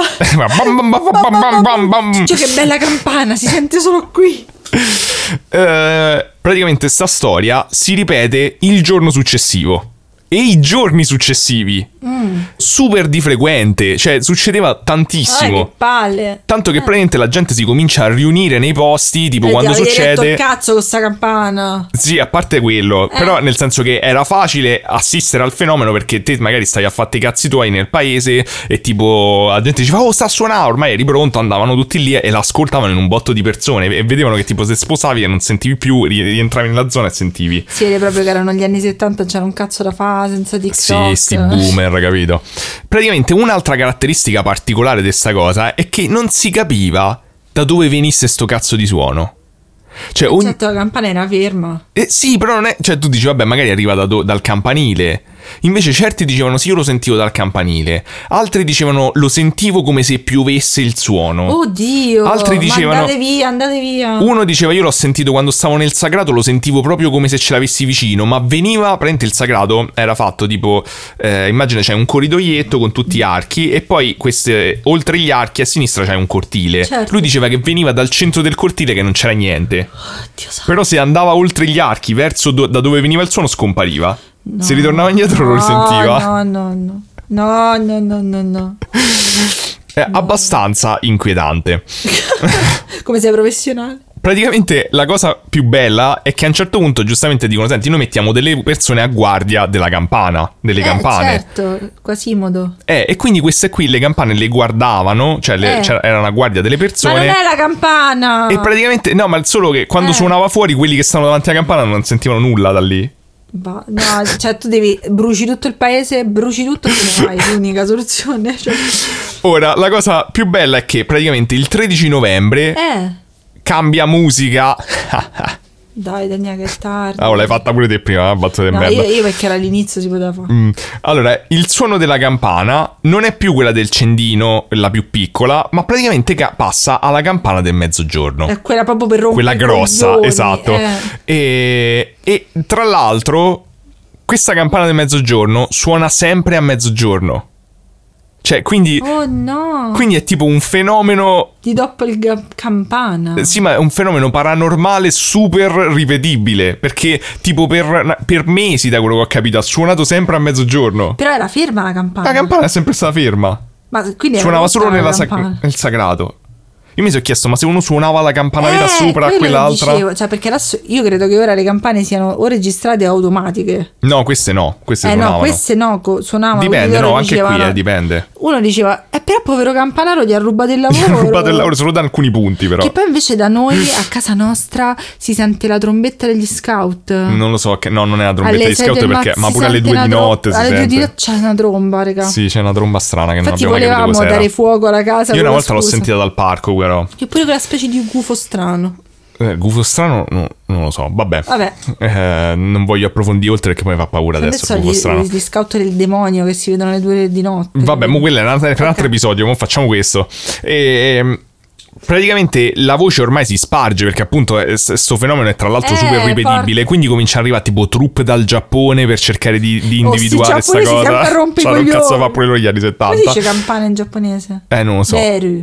Cioè che bella campana, si sente solo qui. Praticamente sta storia si ripete il giorno successivo e i giorni successivi. Super di frequente, cioè succedeva tantissimo. Che palle. Tanto che praticamente la gente si comincia a riunire nei posti, tipo quando succede. Detto, cazzo con sta campana. Sì, a parte quello, però nel senso che era facile assistere al fenomeno perché te magari stai a fare i cazzi tuoi nel paese e tipo la gente diceva sta a suonare, ormai eri pronto, andavano tutti lì e l'ascoltavano in un botto di persone e vedevano che tipo se sposavi e non sentivi più, rientravi nella zona e sentivi. Sì, era proprio che erano gli anni 70, c'era un cazzo da fare senza TikTok. Sì, sti boomer, capito? Praticamente un'altra caratteristica particolare di sta cosa è che non si capiva da dove venisse sto cazzo di suono. Cioè, certo, la campana era ferma. Sì, però non è. Cioè, tu dici, vabbè, magari arriva dal campanile. Invece certi dicevano sì, io lo sentivo dal campanile. Altri dicevano lo sentivo come se piovesse il suono. Oddio. Altri dicevano andate via. Uno diceva io l'ho sentito quando stavo nel sagrato, lo sentivo proprio come se ce l'avessi vicino. Ma veniva, praticamente il sagrato era fatto tipo immagina c'è un corridoietto con tutti gli archi e poi oltre gli archi a sinistra c'è un cortile. Certo. Lui diceva che veniva dal centro del cortile che non c'era niente. Oddio, però se andava oltre gli archi verso da dove veniva il suono scompariva. Se ritornava indietro lo risentiva. No. È abbastanza inquietante. Come sei professionale? Praticamente la cosa più bella è che a un certo punto giustamente dicono senti noi mettiamo delle persone a guardia della campana, delle campane. Certo, Quasimodo. E quindi queste qui le campane le guardavano, cioè erano a guardia delle persone. Ma non è la campana. E praticamente no, ma solo che quando suonava fuori quelli che stavano davanti alla campana non sentivano nulla da lì. No, cioè tu bruci tutto il paese, bruci tutto e te ne vai, l'unica soluzione. Cioè. Ora, la cosa più bella è che praticamente il 13 novembre cambia musica. Dai, Daniele, che è tardi. L'hai fatta pure te prima, battuta di merda. Io perché era all'inizio si poteva fare. Allora, il suono della campana non è più quella del cendino, la più piccola, ma praticamente passa alla campana del mezzogiorno. È quella proprio per rompere quella grossa, coglioni, esatto. E tra l'altro, questa campana del mezzogiorno suona sempre a mezzogiorno. Cioè, quindi. Oh no! Quindi è tipo un fenomeno. Di doppelcampana. Sì, ma è un fenomeno paranormale super ripetibile. Perché, tipo, per mesi, da quello che ho capito, ha suonato sempre a mezzogiorno. Però era ferma la campana. La campana è sempre stata ferma. Ma quindi suonava solo nel sagrato. Io mi sono chiesto, ma se uno suonava la campana vera sopra a quell'altra? Dicevo, cioè perché adesso io credo che ora le campane siano o registrate o automatiche. No, queste no, queste suonavano. No, queste no, suonavano. Dipende, no, anche qui dipende. Uno diceva, però povero campanaro gli ha rubato il lavoro. Gli ha rubato il lavoro solo da alcuni punti, però. Che poi invece da noi, a casa nostra, si sente la trombetta degli scout. Non lo so, no, non è la trombetta degli scout perché, ma pure alle 2 di notte si sente. Alle 2 di notte c'è una tromba, raga. Sì, c'è una tromba strana che infatti non abbiamo mai capito cos'era. Dare fuoco alla casa. Io una volta l'ho sentita dal parco, però. Eppure quella specie di gufo strano. Gufo strano non lo so, vabbè. Non voglio approfondire oltre perché poi mi fa paura adesso. Gufo strano. Gli scout del demonio che si vedono alle 2 di notte. Vabbè, ma quello è un altro episodio, mo facciamo questo. Praticamente la voce ormai si sparge perché appunto questo fenomeno è tra l'altro super ripetibile, quindi comincia ad arrivare tipo truppe dal Giappone per cercare di individuare sta cosa. Cioè, un cazzo fa pure gli anni 70. Come dice campana in giapponese? Non lo so.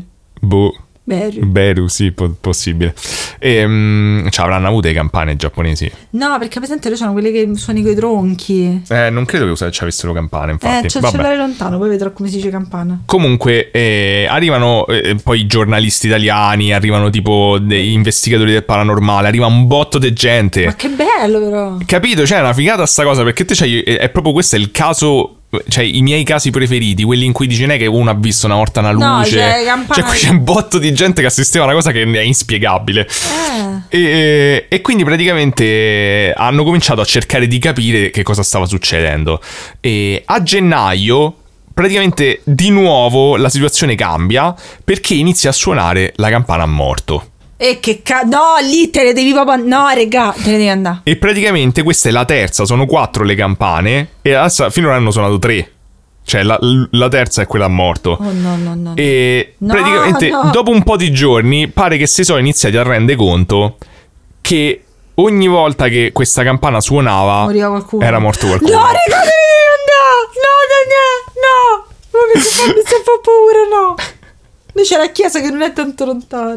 Beru, sì, possibile. Avranno avute le campane giapponesi? No, perché presente loro sono quelle che suoni coi tronchi. Non credo che ci avessero campane, infatti. C'è il cellulare lontano, poi vedrò come si dice campana. Comunque arrivano poi giornalisti italiani, arrivano tipo dei investigatori del paranormale, arriva un botto di gente. Ma che bello però. Capito? C'è una figata sta cosa, perché è proprio questo è il caso. Cioè i miei casi preferiti, quelli in cui dice che uno ha visto una volta una luce, cioè qui c'è un botto di gente che assisteva a una cosa che è inspiegabile. E quindi praticamente hanno cominciato a cercare di capire che cosa stava succedendo. E a gennaio praticamente di nuovo la situazione cambia perché inizia a suonare la campana a morto. E che no, lì te ne devi proprio. No, regà, te ne devi andare. E praticamente questa è la terza, sono 4 le campane. E adesso finora hanno suonato 3. Cioè la terza è quella a morto. Oh no. E praticamente dopo un po' di giorni pare che si sono iniziati a rendere conto che ogni volta che questa campana suonava moriva qualcuno. Era morto qualcuno. No, regà, te ne devi andare. No. Mi fa paura, no. Noi c'è la chiesa che non è tanto lontana.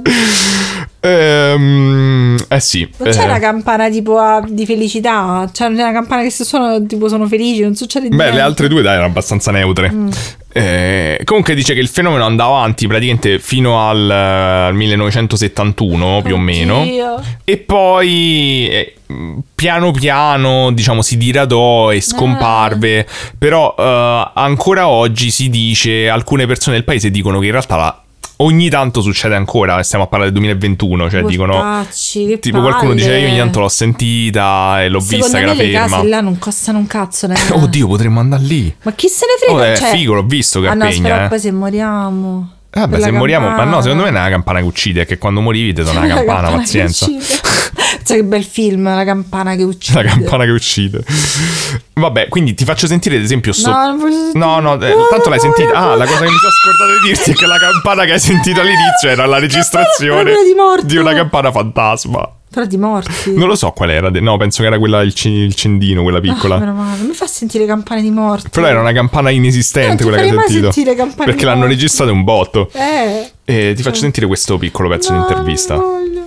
Sì. Non c'è una campana tipo di felicità? C'è una campana che se suona tipo sono felici, non succede niente. Le altre 2 erano abbastanza neutre. Comunque dice che il fenomeno andava avanti praticamente fino al 1971 più o meno. E poi piano piano diciamo si diradò e scomparve. Però ancora oggi si dice, alcune persone del paese dicono che in realtà ogni tanto succede ancora. Stiamo a parlare del 2021, cioè Portacci, dicono tipo qualcuno dice io ogni tanto l'ho sentita e l'ho vista che era ferma. Le case là non costano un cazzo. Oddio, potremmo andare lì. Ma chi se ne frega? È figo, l'ho visto che appegna. No, poi se moriamo. Vabbè, se moriamo, ma no, secondo me non è una campana che uccide, è che quando morivi ti dona una campana, pazienza. Sai che bel film, La campana che uccide. La campana che uccide. Vabbè, quindi ti faccio sentire ad esempio No, tanto l'hai sentita. La cosa che mi sono scordato di dirti è che la campana che hai sentito all'inizio era la registrazione di una campana fantasma. Però di morti. Non lo so qual era. No, penso che era quella il cendino, quella piccola. Non mi fa sentire campane di morti. Però era una campana inesistente quella che hai sentito. Perché l'hanno registrata un botto. Ti faccio sentire questo piccolo pezzo di intervista.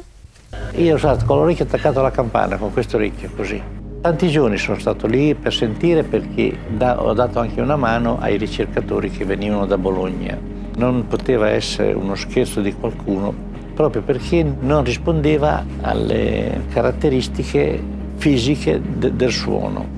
Io ho stato con l'orecchio attaccato alla campana, con questo orecchio così. Tanti giorni sono stato lì per sentire, perché ho dato anche una mano ai ricercatori che venivano da Bologna. Non poteva essere uno scherzo di qualcuno, proprio perché non rispondeva alle caratteristiche fisiche del suono.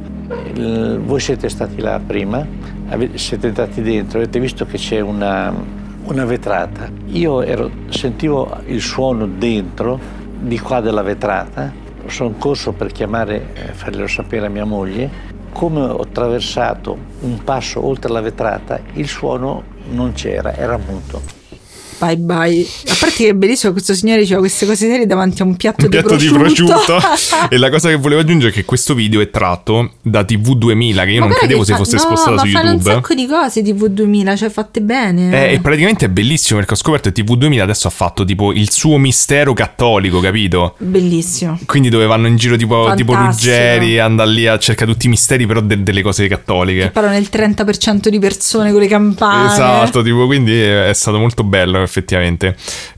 Voi siete stati là prima, siete entrati dentro, avete visto che c'è una vetrata. Io sentivo il suono dentro, di qua della vetrata. Sono corso per chiamare, farglielo sapere a mia moglie. Come ho attraversato un passo oltre la vetrata, il suono non c'era, era muto. Bye. A parte che è bellissimo, questo signore diceva queste cose serie davanti a un piatto di prosciutto. E la cosa che volevo aggiungere è che questo video è tratto da TV2000, che io non credevo se fosse spostata su YouTube. Ma fanno un sacco di cose TV2000, cioè fatte bene. E praticamente è bellissimo, perché ho scoperto che TV2000 adesso ha fatto tipo il suo mistero cattolico, capito? Bellissimo. Quindi dove vanno in giro tipo Ruggeri, andare lì a cercare tutti i misteri però delle cose cattoliche. Che parlano nel 30% di persone con le campane. Esatto, tipo, quindi è stato molto bello effettivamente.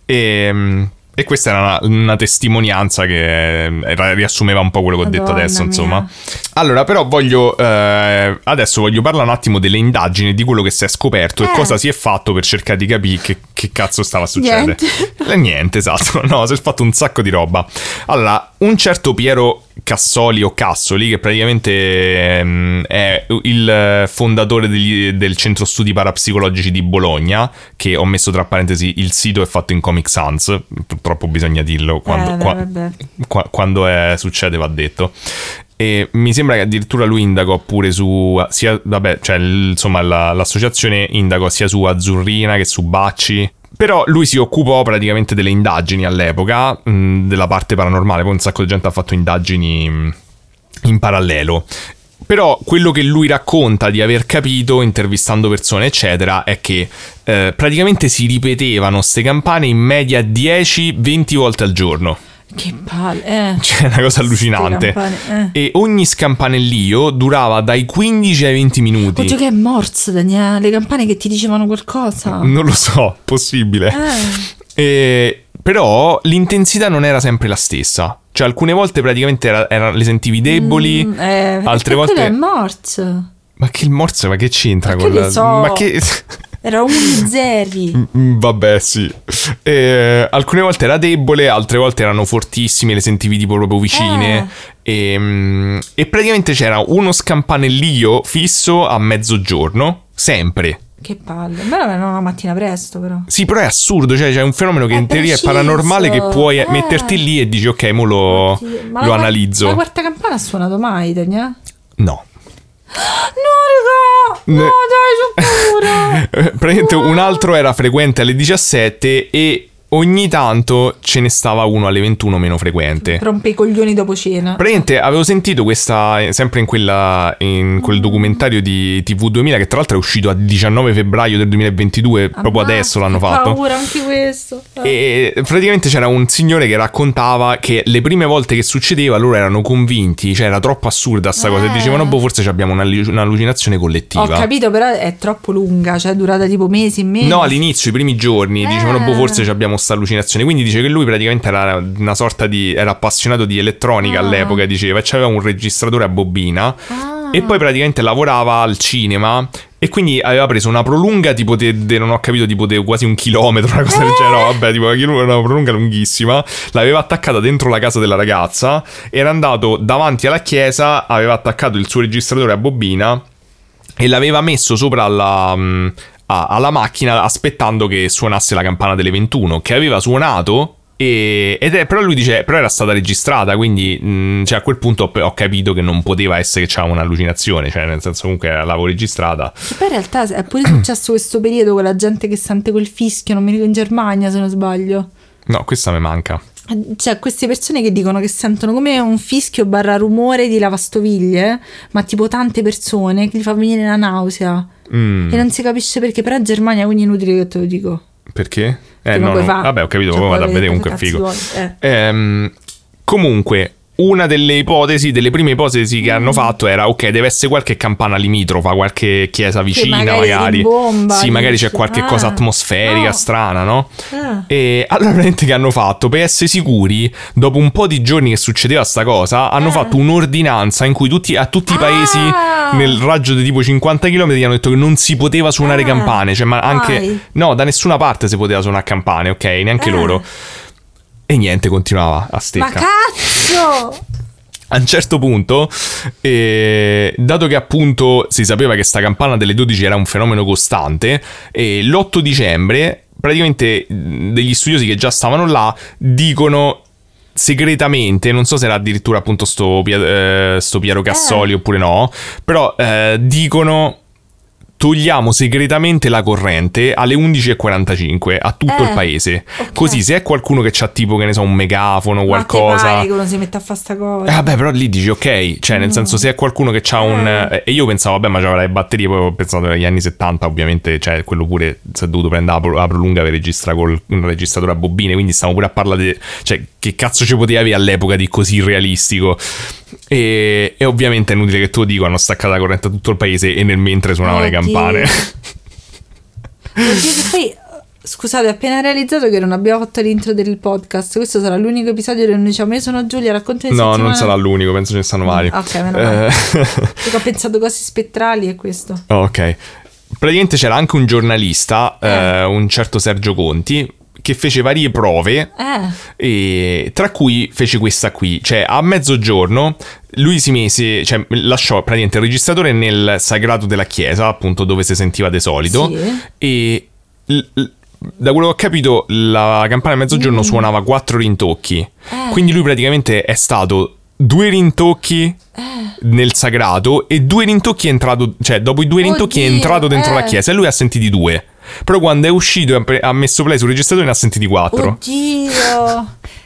E questa era una testimonianza che riassumeva un po' quello che ho detto adesso, insomma. Allora, però adesso voglio parlare un attimo delle indagini, di quello che si è scoperto e cosa si è fatto per cercare di capire che cazzo stava succedendo. Niente, esatto. No, si è fatto un sacco di roba. Allora, un certo Piero Cassoli o Cassoli, che praticamente è il fondatore del centro studi parapsicologici di Bologna, che ho messo tra parentesi, il sito è fatto in Comic Sans, purtroppo bisogna dirlo quando succede, va detto. E mi sembra che addirittura lui indagò pure su insomma l'associazione indagò sia su Azzurrina che su Bacci. Però lui si occupò praticamente delle indagini all'epoca, della parte paranormale. Poi un sacco di gente ha fatto indagini in parallelo. Però quello che lui racconta di aver capito intervistando persone eccetera è che praticamente si ripetevano ste campane in media 10-20 volte al giorno. Che palle, Cioè, una cosa allucinante. E ogni scampanellio durava dai 15 ai 20 minuti. Oddio, che è Morse, Daniele, le campane che ti dicevano qualcosa. Non lo so, possibile. Però l'intensità non era sempre la stessa. Cioè, alcune volte praticamente le sentivi deboli, altre volte... Quello è Morse. Ma che il Morse, ma che c'entra Ma con che la... ne so. Ma che... Era un zeri. Vabbè, sì. Alcune volte era debole, altre volte erano fortissime, le sentivi tipo proprio vicine. E praticamente c'era uno scampanellio fisso a mezzogiorno, sempre. Che palle. Ma era una mattina presto, però. Sì, però è assurdo, cioè c'è un fenomeno che in teoria è paranormale, che puoi metterti lì e dici ok, mo lo analizzo. Ma la quarta campana ha suonato mai, Daniele? No. No, raga! No, dai, c'ho paura! Praticamente un altro era frequente alle 17 e ogni tanto ce ne stava uno alle 21 meno frequente. Rompe i coglioni dopo cena. Praticamente avevo sentito questa, sempre in quel documentario di TV2000, che tra l'altro è uscito a 19 febbraio del 2022, proprio adesso l'hanno fatto. Ho paura anche questo. E praticamente c'era un signore che raccontava che le prime volte che succedeva loro erano convinti, cioè era troppo assurda sta cosa, e dicevano forse abbiamo un'allucinazione collettiva. Ho capito, però è troppo lunga, cioè è durata tipo mesi e mesi. No, all'inizio, i primi giorni, dicevano forse abbiamo sta allucinazione. Quindi dice che lui praticamente era una sorta di... era appassionato di elettronica all'epoca, diceva, e c'aveva un registratore a bobina e poi praticamente lavorava al cinema e quindi aveva preso una prolunga tipo non ho capito, tipo quasi 1 chilometro, una cosa del genere. No, vabbè, tipo una prolunga lunghissima, l'aveva attaccata dentro la casa della ragazza, era andato davanti alla chiesa, aveva attaccato il suo registratore a bobina e l'aveva messo sopra alla macchina aspettando che suonasse la campana delle 21, che aveva suonato però lui dice, però era stata registrata, quindi cioè a quel punto ho capito che non poteva essere che c'era un'allucinazione, cioè nel senso comunque l'avevo registrata. E poi in realtà è pure successo questo periodo con la gente che sente quel fischio, non mi ricordo, in Germania se non sbaglio. No, questa mi manca. Cioè queste persone che dicono che sentono come un fischio / rumore di lavastoviglie, ma tipo tante persone, che gli fa venire la nausea e non si capisce perché, però in Germania, quindi è inutile che te lo dico. Perché? No. Vabbè, ho capito, poi vado a vedere, comunque è figo. Comunque, una delle prime ipotesi che hanno fatto era ok, deve essere qualche campana limitrofa, qualche chiesa vicina, magari bomba, sì, magari c'è qualche cosa atmosferica strana, no? E allora veramente che hanno fatto, per essere sicuri, dopo un po' di giorni che succedeva sta cosa, hanno fatto un'ordinanza in cui a tutti i paesi nel raggio di tipo 50 km hanno detto che non si poteva suonare campane, cioè ma anche no, da nessuna parte si poteva suonare campane, ok, neanche loro. E niente, continuava a stecca. Ma cazzo! A un certo punto, dato che appunto si sapeva che sta campana delle 12 era un fenomeno costante, l'8 dicembre praticamente degli studiosi che già stavano là dicono segretamente, non so se era addirittura appunto sto Piero Cassoli oppure no, però dicono: togliamo segretamente la corrente alle 11:45 a tutto il paese. Okay. Così se è qualcuno che c'ha tipo, che ne so, un megafono, qualcosa. Ma che uno si mette a fare sta cosa. Vabbè, però lì dici ok, cioè nel senso, se è qualcuno che c'ha un... E io pensavo, vabbè, ma c'aveva le batterie, poi ho pensato negli anni 70, ovviamente, cioè quello pure si è dovuto prendere la prolunga per registrare con un registratore a bobine, quindi stiamo pure a parlare di... cioè che cazzo ci potevi avere all'epoca di così realistico? E ovviamente è inutile che tu lo dico, hanno staccato la corrente a tutto il paese e nel mentre suonavano le campane. Oddio, che poi, scusate, ho appena realizzato che non abbiamo fatto l'intro del podcast. Questo sarà l'unico episodio dove non diciamo: io sono Giulia, raccontami. No, non sarà l'unico, penso ce ne stanno vari. Ok, meno male. Perché ho pensato cose spettrali e questo. Ok. Praticamente c'era anche un giornalista, un certo Sergio Conti, che fece varie prove, e tra cui fece questa qui. Cioè a mezzogiorno lui si mise, cioè lasciò praticamente il registratore nel sagrato della chiesa, appunto dove si sentiva di solito, e da quello che ho capito la campana a mezzogiorno suonava 4 rintocchi, quindi lui praticamente è stato 2 rintocchi nel sagrato e 2 rintocchi è entrato, cioè dopo i 2 rintocchi è entrato dentro la chiesa e lui ha sentiti 2. Però quando è uscito e ha messo play sul registratore ne ha sentiti 4. Oddio.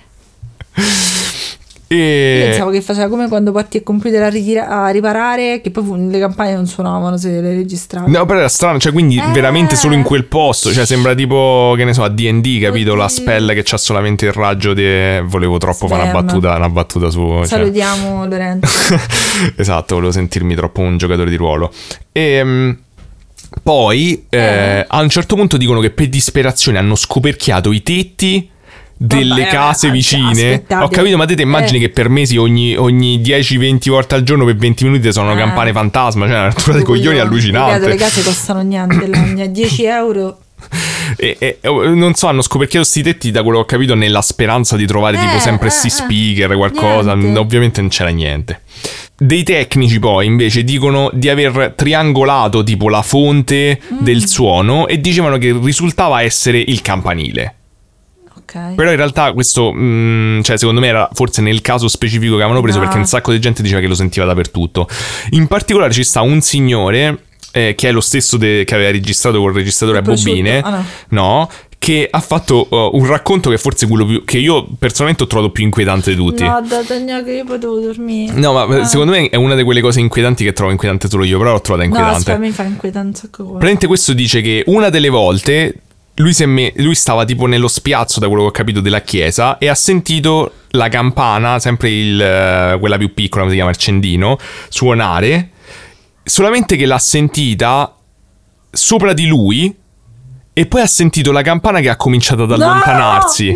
Io E pensavo che faceva come quando porti il computer a riparare, che poi le campane non suonavano se le registravi. no, però era strano, cioè quindi veramente solo in quel posto, cioè sembra tipo, che ne so, a D&D, capito? Oddio. La spell che c'ha solamente il raggio volevo troppo fare Spam. una battuta su, cioè. Salutiamo Lorenzo. Esatto, volevo sentirmi troppo un giocatore di ruolo. E poi a un certo punto dicono che per disperazione hanno scoperchiato i tetti delle Vabbè, case vicine. aspettate. Ho capito, ma te immagini che per mesi ogni 10-20 volte al giorno per 20 minuti sono campane fantasma, cioè una rottura dei coglioni allucinante. Le case costano niente, la mia 10 euro. E non so, hanno scoperchiato sti tetti, da quello che ho capito, nella speranza di trovare tipo sempre sti speaker, qualcosa. Niente. Ovviamente non c'era niente. Dei tecnici poi invece dicono di aver triangolato tipo la fonte del suono e dicevano che risultava essere il campanile. Ok. Però in realtà questo, cioè secondo me era forse nel caso specifico che avevano preso, No. perché un sacco di gente diceva che lo sentiva dappertutto. In particolare ci sta un signore che è lo stesso che aveva registrato col registratore a Il prosciutto? bobine, Ah, no. no, che ha fatto un racconto che è forse quello più, che io personalmente ho trovato più inquietante di tutti. No, Dagna, che io potevo dormire. No, ma secondo me è una di quelle cose inquietanti che trovo inquietante solo io, però l'ho trovata No, inquietante. aspetta, mi fa inquietare un sacco cosa. Praticamente questo dice che una delle volte lui stava tipo nello spiazzo, da quello che ho capito, della chiesa e ha sentito la campana, sempre quella più piccola, come si chiama, il accendino, suonare, solamente che l'ha sentita sopra di lui e poi ha sentito la campana che ha cominciato ad allontanarsi.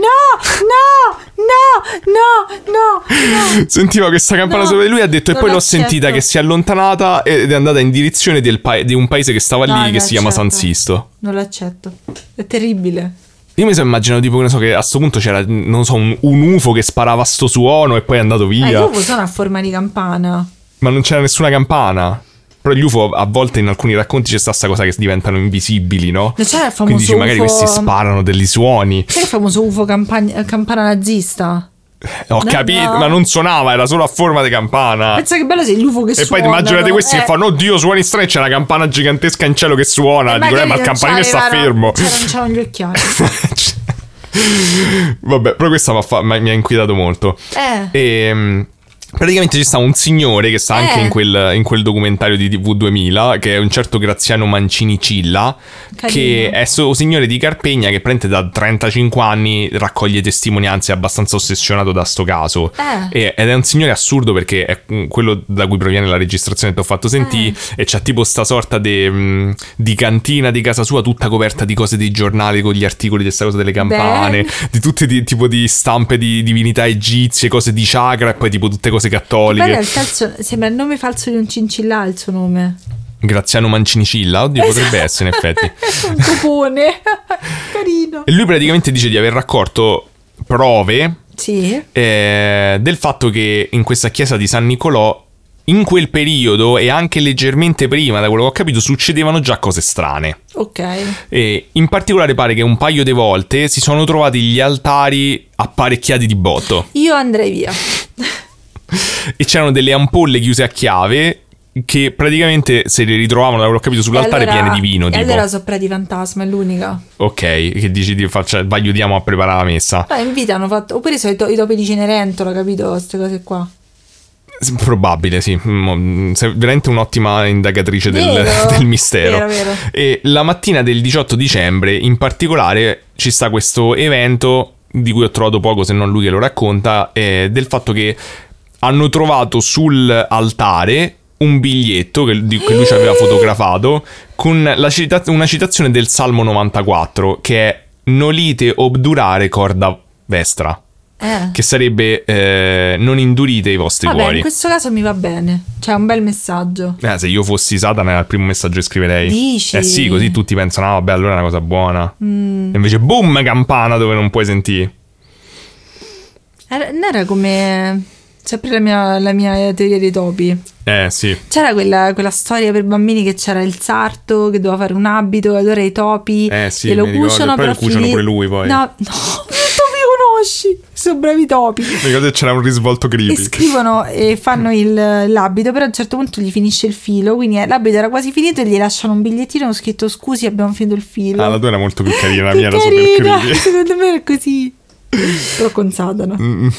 No. Sentiva questa campana No, sopra di lui, ha detto, e non poi l'ho l'accetto. sentita che si è allontanata ed è andata in direzione di un paese che stava No, lì, che non si chiama San l'accetto. Sisto. Non l'accetto. È terribile. Io mi sono immaginato tipo, che ne so, che a sto punto c'era, non so, un UFO che sparava sto suono e poi è andato via. Io sono a forma di campana. Ma non c'era nessuna campana. Però gli UFO a volte in alcuni racconti c'è sta questa cosa che diventano invisibili, no? Non c'era il famoso Quindi dici, magari UFO... questi sparano degli suoni. C'è il famoso UFO campana nazista? Ho capito, ma non suonava, era solo a forma di campana. Pensa che bello se l'UFO che E suona. poi immaginate questi che fanno, oddio, suoni strani, c'è una campana gigantesca in cielo che suona. Dico, ma il campanile sta fermo. Non c'erano gli occhiali. Vabbè, però questa mi ha inquietato molto. E praticamente ci sta un signore che sta anche in quel documentario di TV 2000, che è un certo Graziano Mancini Cilla, Carino. che è un signore di Carpegna che praticamente da 35 anni raccoglie testimonianze, è abbastanza ossessionato da sto caso. Ed è un signore assurdo perché è quello da cui proviene la registrazione che ti ho fatto sentire, e c'ha tipo sta sorta di cantina di casa sua tutta coperta di cose dei giornali con gli articoli di sta cosa delle campane, di tutte tipo di stampe di divinità egizie, cose di chakra e poi tipo tutte cose cattoliche. Sembra il nome falso di un cincillà il suo nome. Graziano Mancini Cilla, oddio, potrebbe essere in effetti. Un topone. Carino. E lui praticamente dice di aver raccolto prove Sì. del fatto che in questa chiesa di San Nicolò in quel periodo e anche leggermente prima, da quello che ho capito, succedevano già cose strane. Ok. E in particolare pare che un paio di volte si sono trovati gli altari apparecchiati di botto Io andrei via. e c'erano delle ampolle chiuse a chiave che praticamente se le ritrovavano, da quello che ho capito, sull'altare piene di vino. E Tipo, allora sopra di fantasma, è l'unica. ok, che dici vai, aiutiamo a preparare la messa. In vita hanno fatto. Oppure sono i topi di Cenerentola, capito? Queste cose qua. Probabile, sì. Sei veramente un'ottima indagatrice del mistero. Vero. E la mattina del 18 dicembre, in particolare, ci sta questo evento di cui ho trovato poco, se non lui che lo racconta, del fatto che hanno trovato sull'altare un biglietto che lui ci aveva fotografato con una citazione del Salmo 94, che è "Nolite obdurare corda vestra", che sarebbe "non indurite i vostri Vabbè, cuori". in questo caso mi va bene. Cioè, un bel messaggio. Se io fossi Satana era il primo messaggio che scriverei. Dici? Sì, così tutti pensano, vabbè, allora è una cosa buona. E invece, boom, campana dove non puoi sentire. Non era come... Sempre la mia teoria dei topi. Sì. C'era quella storia per bambini che c'era il sarto che doveva fare un abito e allora i topi Sì, glielo mi ricordo. cuciono, Poi lo però cuciono pure lui poi. No, tu mi conosci. Sono bravi topi. Mi ricordo che c'era un risvolto E creepy. scrivono e fanno l'abito, però a un certo punto gli finisce il filo, quindi l'abito era quasi finito e gli lasciano un bigliettino con scritto scusi abbiamo finito il filo. Ah, la tua era molto più carina, la Che mia era super carina, creepy. secondo me è così. Però con Satana.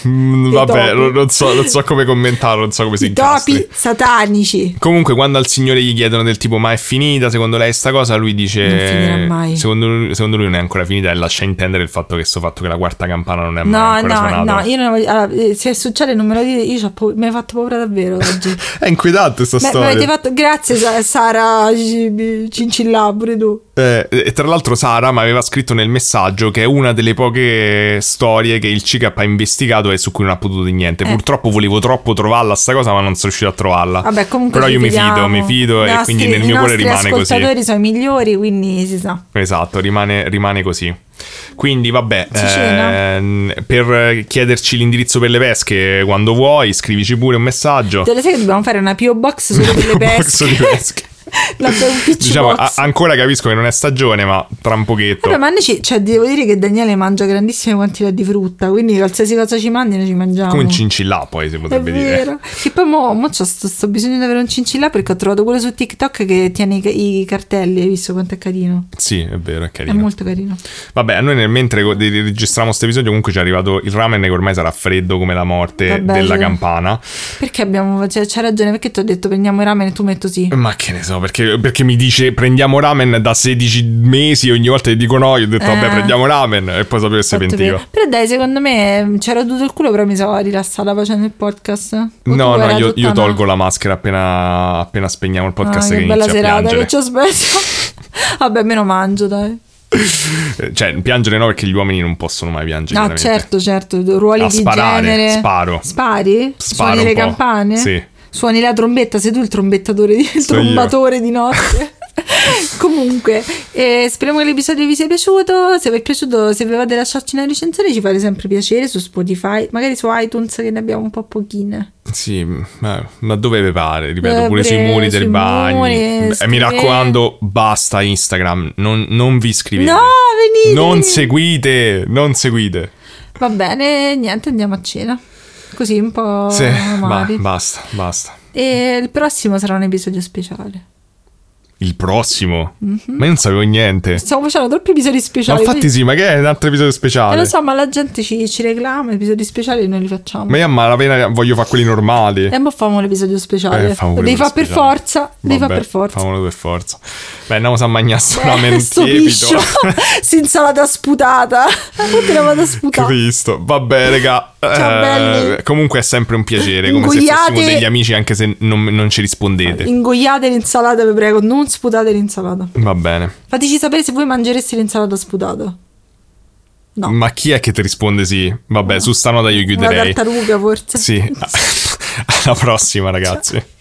Vabbè, topi. non so come commentarlo, non so come si I incastri. topi satanici. Comunque, quando al signore gli chiedono del tipo ma è finita secondo lei sta cosa, lui dice Non finirà mai. secondo lui non è ancora finita, e lascia intendere il fatto che che la quarta campana non è mai No, ancora suonata. no, io non voglio, allora, se succede non me lo dite, mi hai fatto paura davvero oggi. È inquietante sta Mi storia. avete fatto, grazie Sara Cincillà, pure tu. E tra l'altro Sara mi aveva scritto nel messaggio che è una delle poche storie che il CICAP ha investigato e su cui non ha potuto dire niente. Purtroppo volevo troppo trovarla sta cosa, ma non sono riuscito a trovarla. Vabbè, comunque però io mi fidiamo. fido e quindi nel mio cuore rimane I nostri così. ascoltatori sono i migliori, quindi si sa. Esatto, rimane così. Quindi vabbè, Cena. per chiederci l'indirizzo per le pesche quando vuoi, scrivici pure un messaggio. Te lo sai che dobbiamo fare una PO Box solo per le Box di pesche? pesche. Un PC Diciamo, box. ancora capisco che non è stagione, ma tra un pochetto. Vabbè, ma noi cioè, devo dire che Daniele mangia grandissime quantità di frutta, quindi qualsiasi cosa ci mandi noi ci mangiamo. Come un cincillà poi si È potrebbe dire. vero. Che poi mo c'ho sto bisogno di avere un cincillà perché ho trovato quello su TikTok che tiene i cartelli. Hai visto quanto è carino? Sì, è vero, è È carino. molto carino. Vabbè, a noi mentre registriamo questo episodio comunque ci è arrivato il ramen che ormai sarà freddo come la morte Vabbè, della sì. campana. Perché c'hai ragione, perché ti ho detto prendiamo i ramen e tu metto sì. Ma che ne so, perché mi dice prendiamo ramen da 16 mesi e ogni volta che dico no, io ho detto vabbè prendiamo ramen e poi sapevo che si Fatto pentiva. bene. Però dai, secondo me c'era tutto il culo, però mi sono rilassata facendo il podcast. O tu No, era io tutta tolgo la maschera appena spegniamo il podcast Ah, che che bella inizio a serata piangere. che ci aspetto. Vabbè, meno mangio, dai. Cioè, piangere no, perché gli uomini non possono mai piangere. No, chiaramente. certo, ruoli A di sparare, genere. sparo. Spari? Sparo Suoni un le po'. campane? Sì. Suoni la trombetta, sei tu il trombettatore, il trombatore di notte. Comunque, speriamo che l'episodio vi sia piaciuto. Se vi è piaciuto, se vi avete lasciarci una recensione, ci fate sempre piacere su Spotify, magari su iTunes, che ne abbiamo un po' pochine. Sì, ma dove vi pare? Ripeto, pure sui muri sui del bagno. muri, Mi scrivete. raccomando, basta Instagram. Non vi iscrivete. No, venite! Non seguite. Va bene, niente, andiamo a cena. Così un po' Sì, amari. basta. E il prossimo sarà un episodio speciale. Il prossimo? Ma io non sapevo niente. Stiamo facendo troppi episodi Ma speciali. infatti sì, ma che è un altro episodio speciale? Lo so, ma la gente ci reclama episodi speciali e noi li facciamo. Ma io a malapena voglio fare quelli normali. E mo famo l'episodio speciale. Famo Lo devi quello fare per speciale. forza. Devi fare per forza. Famolo per forza. Beh, andiamo a mangiare sto ramen Sto tiepido. piscio. Insalata sputata. Te la vado a sputare. Cristo. Vabbè, raga. Ciao, belli. Comunque è sempre un piacere. Come se Ingoiate- fossimo degli amici, anche se non ci rispondete. Ingoiate l'insalata, vi prego. Non sputate l'insalata. Va bene. Fateci sapere se voi mangereste l'insalata sputata. No. Ma chi è che ti risponde sì? Vabbè, su sta nota io Una chiuderei. tartaruga forse. Sì. Alla prossima, ragazzi.